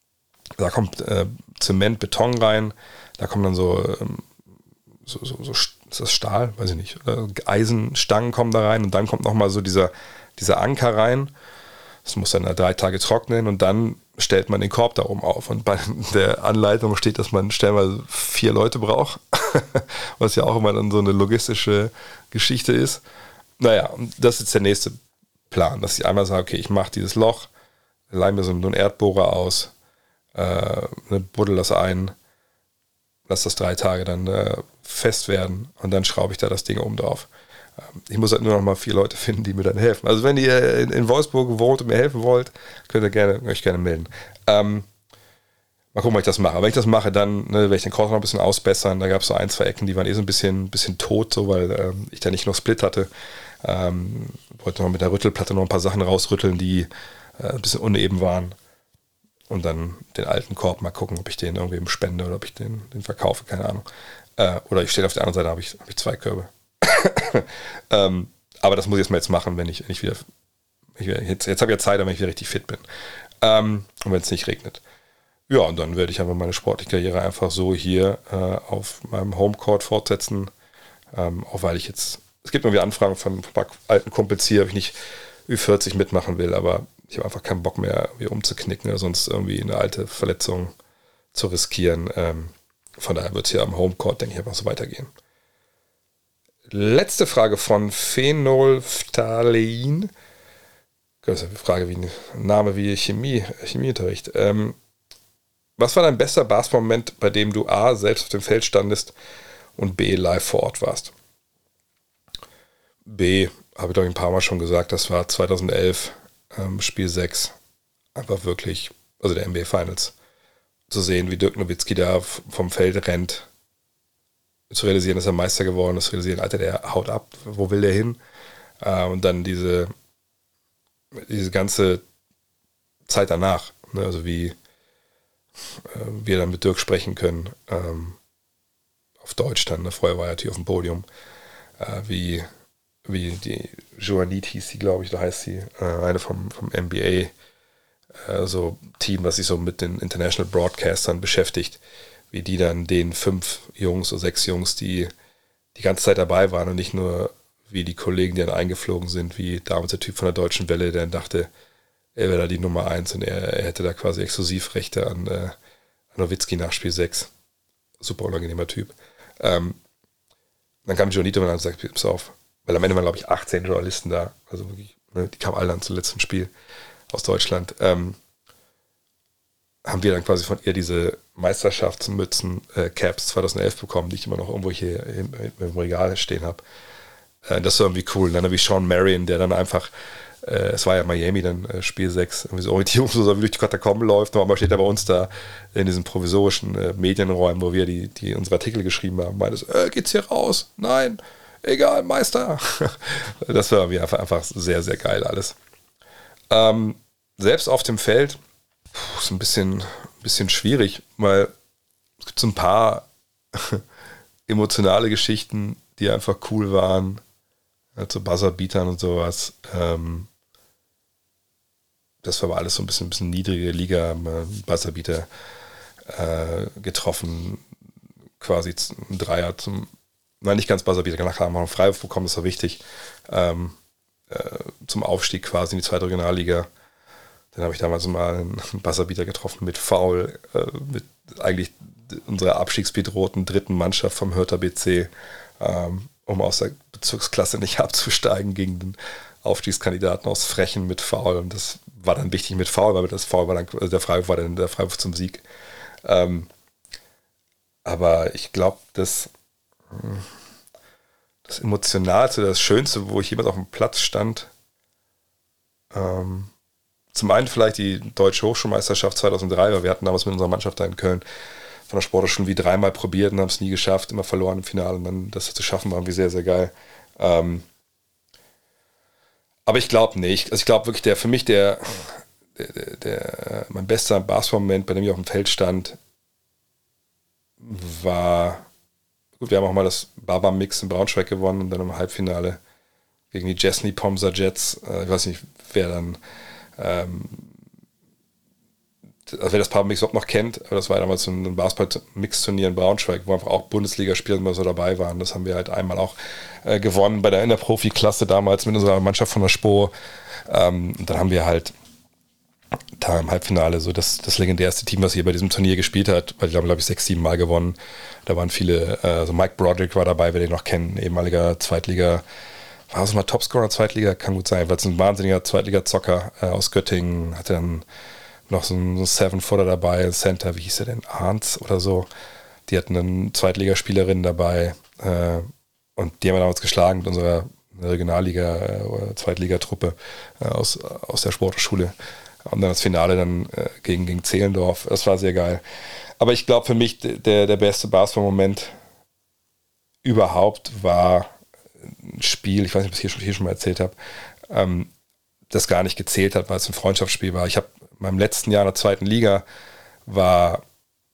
Da kommt äh, Zement, Beton rein, da kommen dann so, ähm, so, so, so, ist das Stahl? Weiß ich nicht. Oder Eisenstangen kommen da rein und dann kommt nochmal so dieser, dieser Anker rein. Das muss dann drei Tage trocknen und dann stellt man den Korb da oben auf. Und bei der Anleitung steht, dass man stellenweise vier Leute braucht, was ja auch immer dann so eine logistische Geschichte ist. Naja, das ist jetzt der nächste Plan, dass ich einmal sage, okay, ich mache dieses Loch, leih mir so einen Erdbohrer aus, äh, buddel das ein, lass das drei Tage dann äh, fest werden und dann schraube ich da das Ding oben drauf. Ich muss halt nur noch mal vier Leute finden, die mir dann helfen. Also wenn ihr in, in Wolfsburg wohnt und mir helfen wollt, könnt ihr gerne, euch gerne melden. Ähm, mal gucken, ob ich das mache. Aber wenn ich das mache, dann ne, werde ich den Korb noch ein bisschen ausbessern. Da gab es so ein, zwei Ecken, die waren eh so ein bisschen, bisschen tot, so, weil ähm, ich da nicht noch Split hatte. Ähm, wollte noch mit der Rüttelplatte noch ein paar Sachen rausrütteln, die äh, ein bisschen uneben waren. Und dann den alten Korb mal gucken, ob ich den irgendwem spende oder ob ich den, den verkaufe, keine Ahnung. Äh, oder ich stehe auf der anderen Seite, habe ich, hab ich zwei Körbe. ähm, aber das muss ich jetzt mal jetzt machen, wenn ich, wenn ich wieder, ich wieder jetzt, jetzt habe ich ja Zeit, wenn ich wieder richtig fit bin. Ähm, und wenn es nicht regnet. Ja, und dann werde ich einfach meine sportliche Karriere einfach so hier äh, auf meinem Homecourt fortsetzen. Ähm, auch weil ich jetzt, es gibt immer wieder Anfragen von, von alten Kumpels hier, ob ich nicht Ü vierzig mitmachen will, aber ich habe einfach keinen Bock mehr, irgendwie umzuknicken oder sonst irgendwie eine alte Verletzung zu riskieren. Ähm, von daher wird es hier am Homecourt, denke ich, einfach so weitergehen. Letzte Frage von Phenolphthalein. Das ist eine Frage wie ein Name wie Chemie, Chemieunterricht. Ähm, was war dein bester Basketball-Moment, bei dem du A, selbst auf dem Feld standest und B, live vor Ort warst? B, habe ich doch ein paar Mal schon gesagt, das war zweitausendelf, ähm, Spiel sechs. Einfach wirklich, also der N B A Finals. Zu sehen, wie Dirk Nowitzki da vom Feld rennt. Zu realisieren, dass er Meister geworden ist. Zu realisieren, Alter, der haut ab, wo will der hin? Äh, und dann diese, diese ganze Zeit danach. Ne? Also wie wir dann mit Dirk sprechen können, ähm, auf Deutsch dann, ne? Vorher war er natürlich auf dem Podium, äh, wie, wie die Joanit hieß sie, glaube ich, da heißt sie, äh, eine vom, vom N B A, äh, so Team, was sich so mit den International Broadcastern beschäftigt, wie die dann den fünf Jungs oder sechs Jungs, die die ganze Zeit dabei waren und nicht nur wie die Kollegen, die dann eingeflogen sind, wie damals der Typ von der Deutschen Welle, der dann dachte, er wäre da die Nummer eins und er, er hätte da quasi Exklusivrechte an, äh, an Nowitzki nach Spiel sechs. Super unangenehmer Typ. Ähm, dann kam Jonito und hat gesagt, pass auf, weil am Ende waren, glaube ich, achtzehn Journalisten da, also wirklich, ne, die kamen alle dann zum letzten Spiel aus Deutschland. Ähm, haben wir dann quasi von ihr diese Meisterschaftsmützen, äh, Caps zweitausendelf bekommen, die ich immer noch irgendwo hier im, im Regal stehen habe. Äh, das war irgendwie cool. Dann wie Sean Marion, der dann einfach, äh, es war ja Miami dann, äh, Spiel sechs, irgendwie so Orientierung, so wie durch die Katakomben läuft, aber steht er bei uns da in diesen provisorischen äh, Medienräumen, wo wir die, die unsere Artikel geschrieben haben, meinte, äh, geht's hier raus? Nein, egal, Meister. Das war irgendwie einfach, einfach sehr, sehr geil alles. Ähm, selbst auf dem Feld, puh, ist ein bisschen, ein bisschen schwierig, weil es gibt so ein paar emotionale Geschichten, die einfach cool waren, also Buzzerbeatern und sowas. Ähm, das war aber alles so ein bisschen, ein bisschen niedrige Liga, Buzzerbeater äh, getroffen, quasi ein Dreier zum, nein, nicht ganz Buzzerbeater, nachher haben wir noch einen Freiwurf bekommen, das war wichtig, ähm, äh, zum Aufstieg quasi in die zweite Regionalliga. Dann habe ich damals mal einen Buzzerbeater getroffen mit Foul, äh, mit eigentlich unserer abstiegsbedrohten dritten Mannschaft vom Hörter B C, ähm, um aus der Bezirksklasse nicht abzusteigen gegen den Aufstiegskandidaten aus Frechen mit Foul. Und das war dann wichtig mit Foul, weil das Foul war dann, also der Freiwurf war dann der Freiwurf zum Sieg. Ähm, aber ich glaube, das, das Emotionalste, das Schönste, wo ich jemals auf dem Platz stand, ähm, zum einen vielleicht die Deutsche Hochschulmeisterschaft zweitausenddrei, weil wir hatten damals mit unserer Mannschaft da in Köln von der Sportschule schon wie dreimal probiert und haben es nie geschafft, immer verloren im Finale. Und dann das zu schaffen, war irgendwie sehr, sehr geil. Ähm, aber ich glaube nicht. Also ich glaube wirklich, der für mich der, der, der, der mein bester Basketball-Moment, bei dem ich auf dem Feld stand, war, gut, wir haben auch mal das Baba-Mix in Braunschweig gewonnen und dann im Halbfinale gegen die Jesny Pomser Jets. Äh, ich weiß nicht, wer dann ähm, also wer das Baba-Mix überhaupt noch kennt, aber das war damals so ein Basketball-Mix-Turnier in Braunschweig, wo einfach auch Bundesligaspieler immer so dabei waren. Das haben wir halt einmal auch äh, gewonnen bei der in der Profi-Klasse damals mit unserer Mannschaft von der Spo. Ähm, und dann haben wir halt da im Halbfinale so das, das legendärste Team, was hier bei diesem Turnier gespielt hat, weil die haben, glaube ich, sechs, sieben Mal gewonnen. Da waren viele, äh, also Mike Broderick war dabei, wer den noch kennen, ehemaliger Zweitliga, war es mal Topscorer Zweitliga, kann gut sein, weil es ein wahnsinniger Zweitliga-Zocker äh, aus Göttingen, hatte dann noch so ein Seven-Footer dabei, ein Center, wie hieß er denn, Arndt oder so. Die hatten eine Zweitligaspielerin dabei äh, und die haben wir damals geschlagen mit unserer Regionalliga- äh, oder Zweitligatruppe äh, aus, aus der Sportschule. Und dann das Finale dann äh, gegen, gegen Zehlendorf. Das war sehr geil. Aber ich glaube, für mich der, der beste Basketball-Moment überhaupt war ein Spiel, ich weiß nicht, ob ich es hier schon, hier schon mal erzählt habe, ähm, das gar nicht gezählt hat, weil es ein Freundschaftsspiel war. Ich habe in meinem letzten Jahr in der zweiten Liga war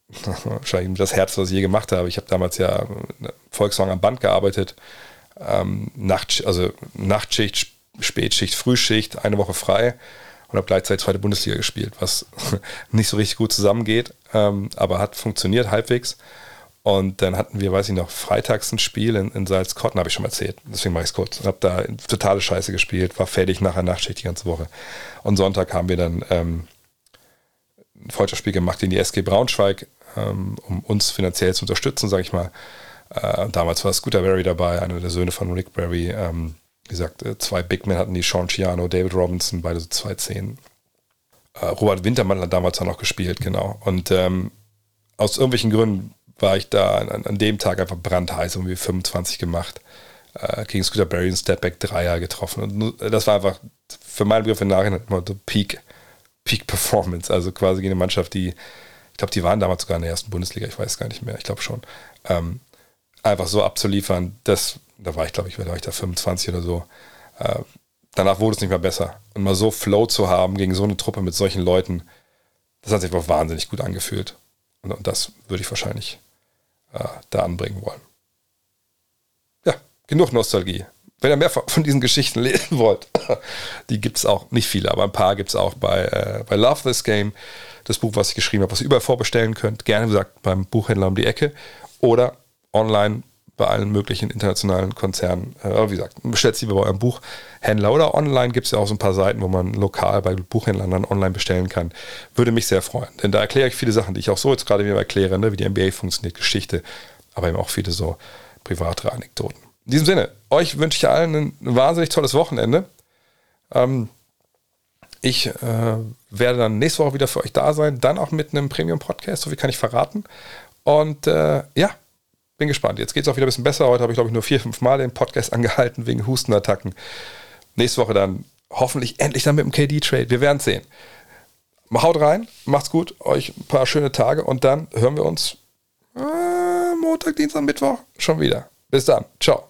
wahrscheinlich das Herz, was ich je gemacht habe. Ich habe damals ja Volkswagen am Band gearbeitet, ähm, Nacht, also Nachtschicht, Spätschicht, Frühschicht, eine Woche frei und habe gleichzeitig zweite Bundesliga gespielt, was nicht so richtig gut zusammengeht, ähm, aber hat funktioniert halbwegs. Und dann hatten wir, weiß ich noch, freitags ein Spiel in, in Salzkotten, habe ich schon mal erzählt, deswegen mache ich es kurz. Habe da totale Scheiße gespielt, war fertig nach der Nachtschicht die ganze Woche. Und Sonntag haben wir dann ähm, ein Freundschaftsspiel gemacht in die S G Braunschweig, ähm, um uns finanziell zu unterstützen, sage ich mal. Äh, damals war Scooter Berry dabei, einer der Söhne von Rick Berry. Ähm, wie gesagt, zwei Big Men hatten die, Sean Ciano, David Robinson, beide so zwei Zehn. Äh, Robert Wintermann hat damals auch noch gespielt, genau. Und ähm, aus irgendwelchen Gründen war ich da an, an dem Tag einfach brandheiß, irgendwie fünfundzwanzig gemacht, äh, gegen Scooter Berry einen Stepback-Dreier getroffen. Und das war einfach für meinen Begriff im Nachhinein immer so Peak, Peak Performance, also quasi gegen eine Mannschaft, die, ich glaube, die waren damals sogar in der ersten Bundesliga, ich weiß gar nicht mehr, ich glaube schon, ähm, einfach so abzuliefern, das, da war ich, glaube ich, da war ich da fünfundzwanzig oder so. Äh, danach wurde es nicht mehr besser. Und mal so Flow zu haben gegen so eine Truppe mit solchen Leuten, das hat sich einfach wahnsinnig gut angefühlt. Und, und das würde ich wahrscheinlich da anbringen wollen. Ja, genug Nostalgie. Wenn ihr mehr von diesen Geschichten lesen wollt, die gibt es auch, nicht viele, aber ein paar gibt es auch bei, äh, bei Love This Game, das Buch, was ich geschrieben habe, was ihr überall vorbestellen könnt. Gerne, wie gesagt, beim Buchhändler um die Ecke oder online bei allen möglichen internationalen Konzernen. Äh, wie gesagt, bestellt sie bei eurem Buchhändler oder online gibt es ja auch so ein paar Seiten, wo man lokal bei Buchhändlern dann online bestellen kann. Würde mich sehr freuen, denn da erkläre ich viele Sachen, die ich auch so jetzt gerade wieder erkläre, ne, wie die N B A funktioniert, Geschichte, aber eben auch viele so privatere Anekdoten. In diesem Sinne, euch wünsche ich allen ein wahnsinnig tolles Wochenende. Ähm, ich äh, werde dann nächste Woche wieder für euch da sein, dann auch mit einem Premium-Podcast, so viel kann ich verraten. Und äh, ja, bin gespannt. Jetzt geht es auch wieder ein bisschen besser. Heute habe ich, glaube ich, nur vier, fünf Mal den Podcast angehalten wegen Hustenattacken. Nächste Woche dann hoffentlich endlich dann mit dem K D-Trade. Wir werden es sehen. Haut rein, macht's gut, euch ein paar schöne Tage und dann hören wir uns äh, Montag, Dienstag, Mittwoch schon wieder. Bis dann. Ciao.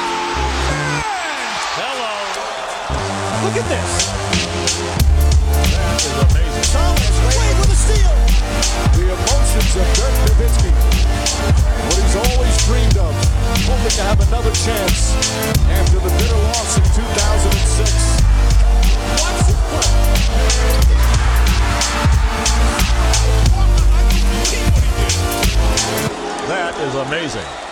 Hello. Look at this. That is amazing. Thomas Wade with a steal. The emotions of Dirk Nowitzki. What he's always dreamed of. Hoping to have another chance after the bitter loss in two thousand six. Watch it play. That is amazing.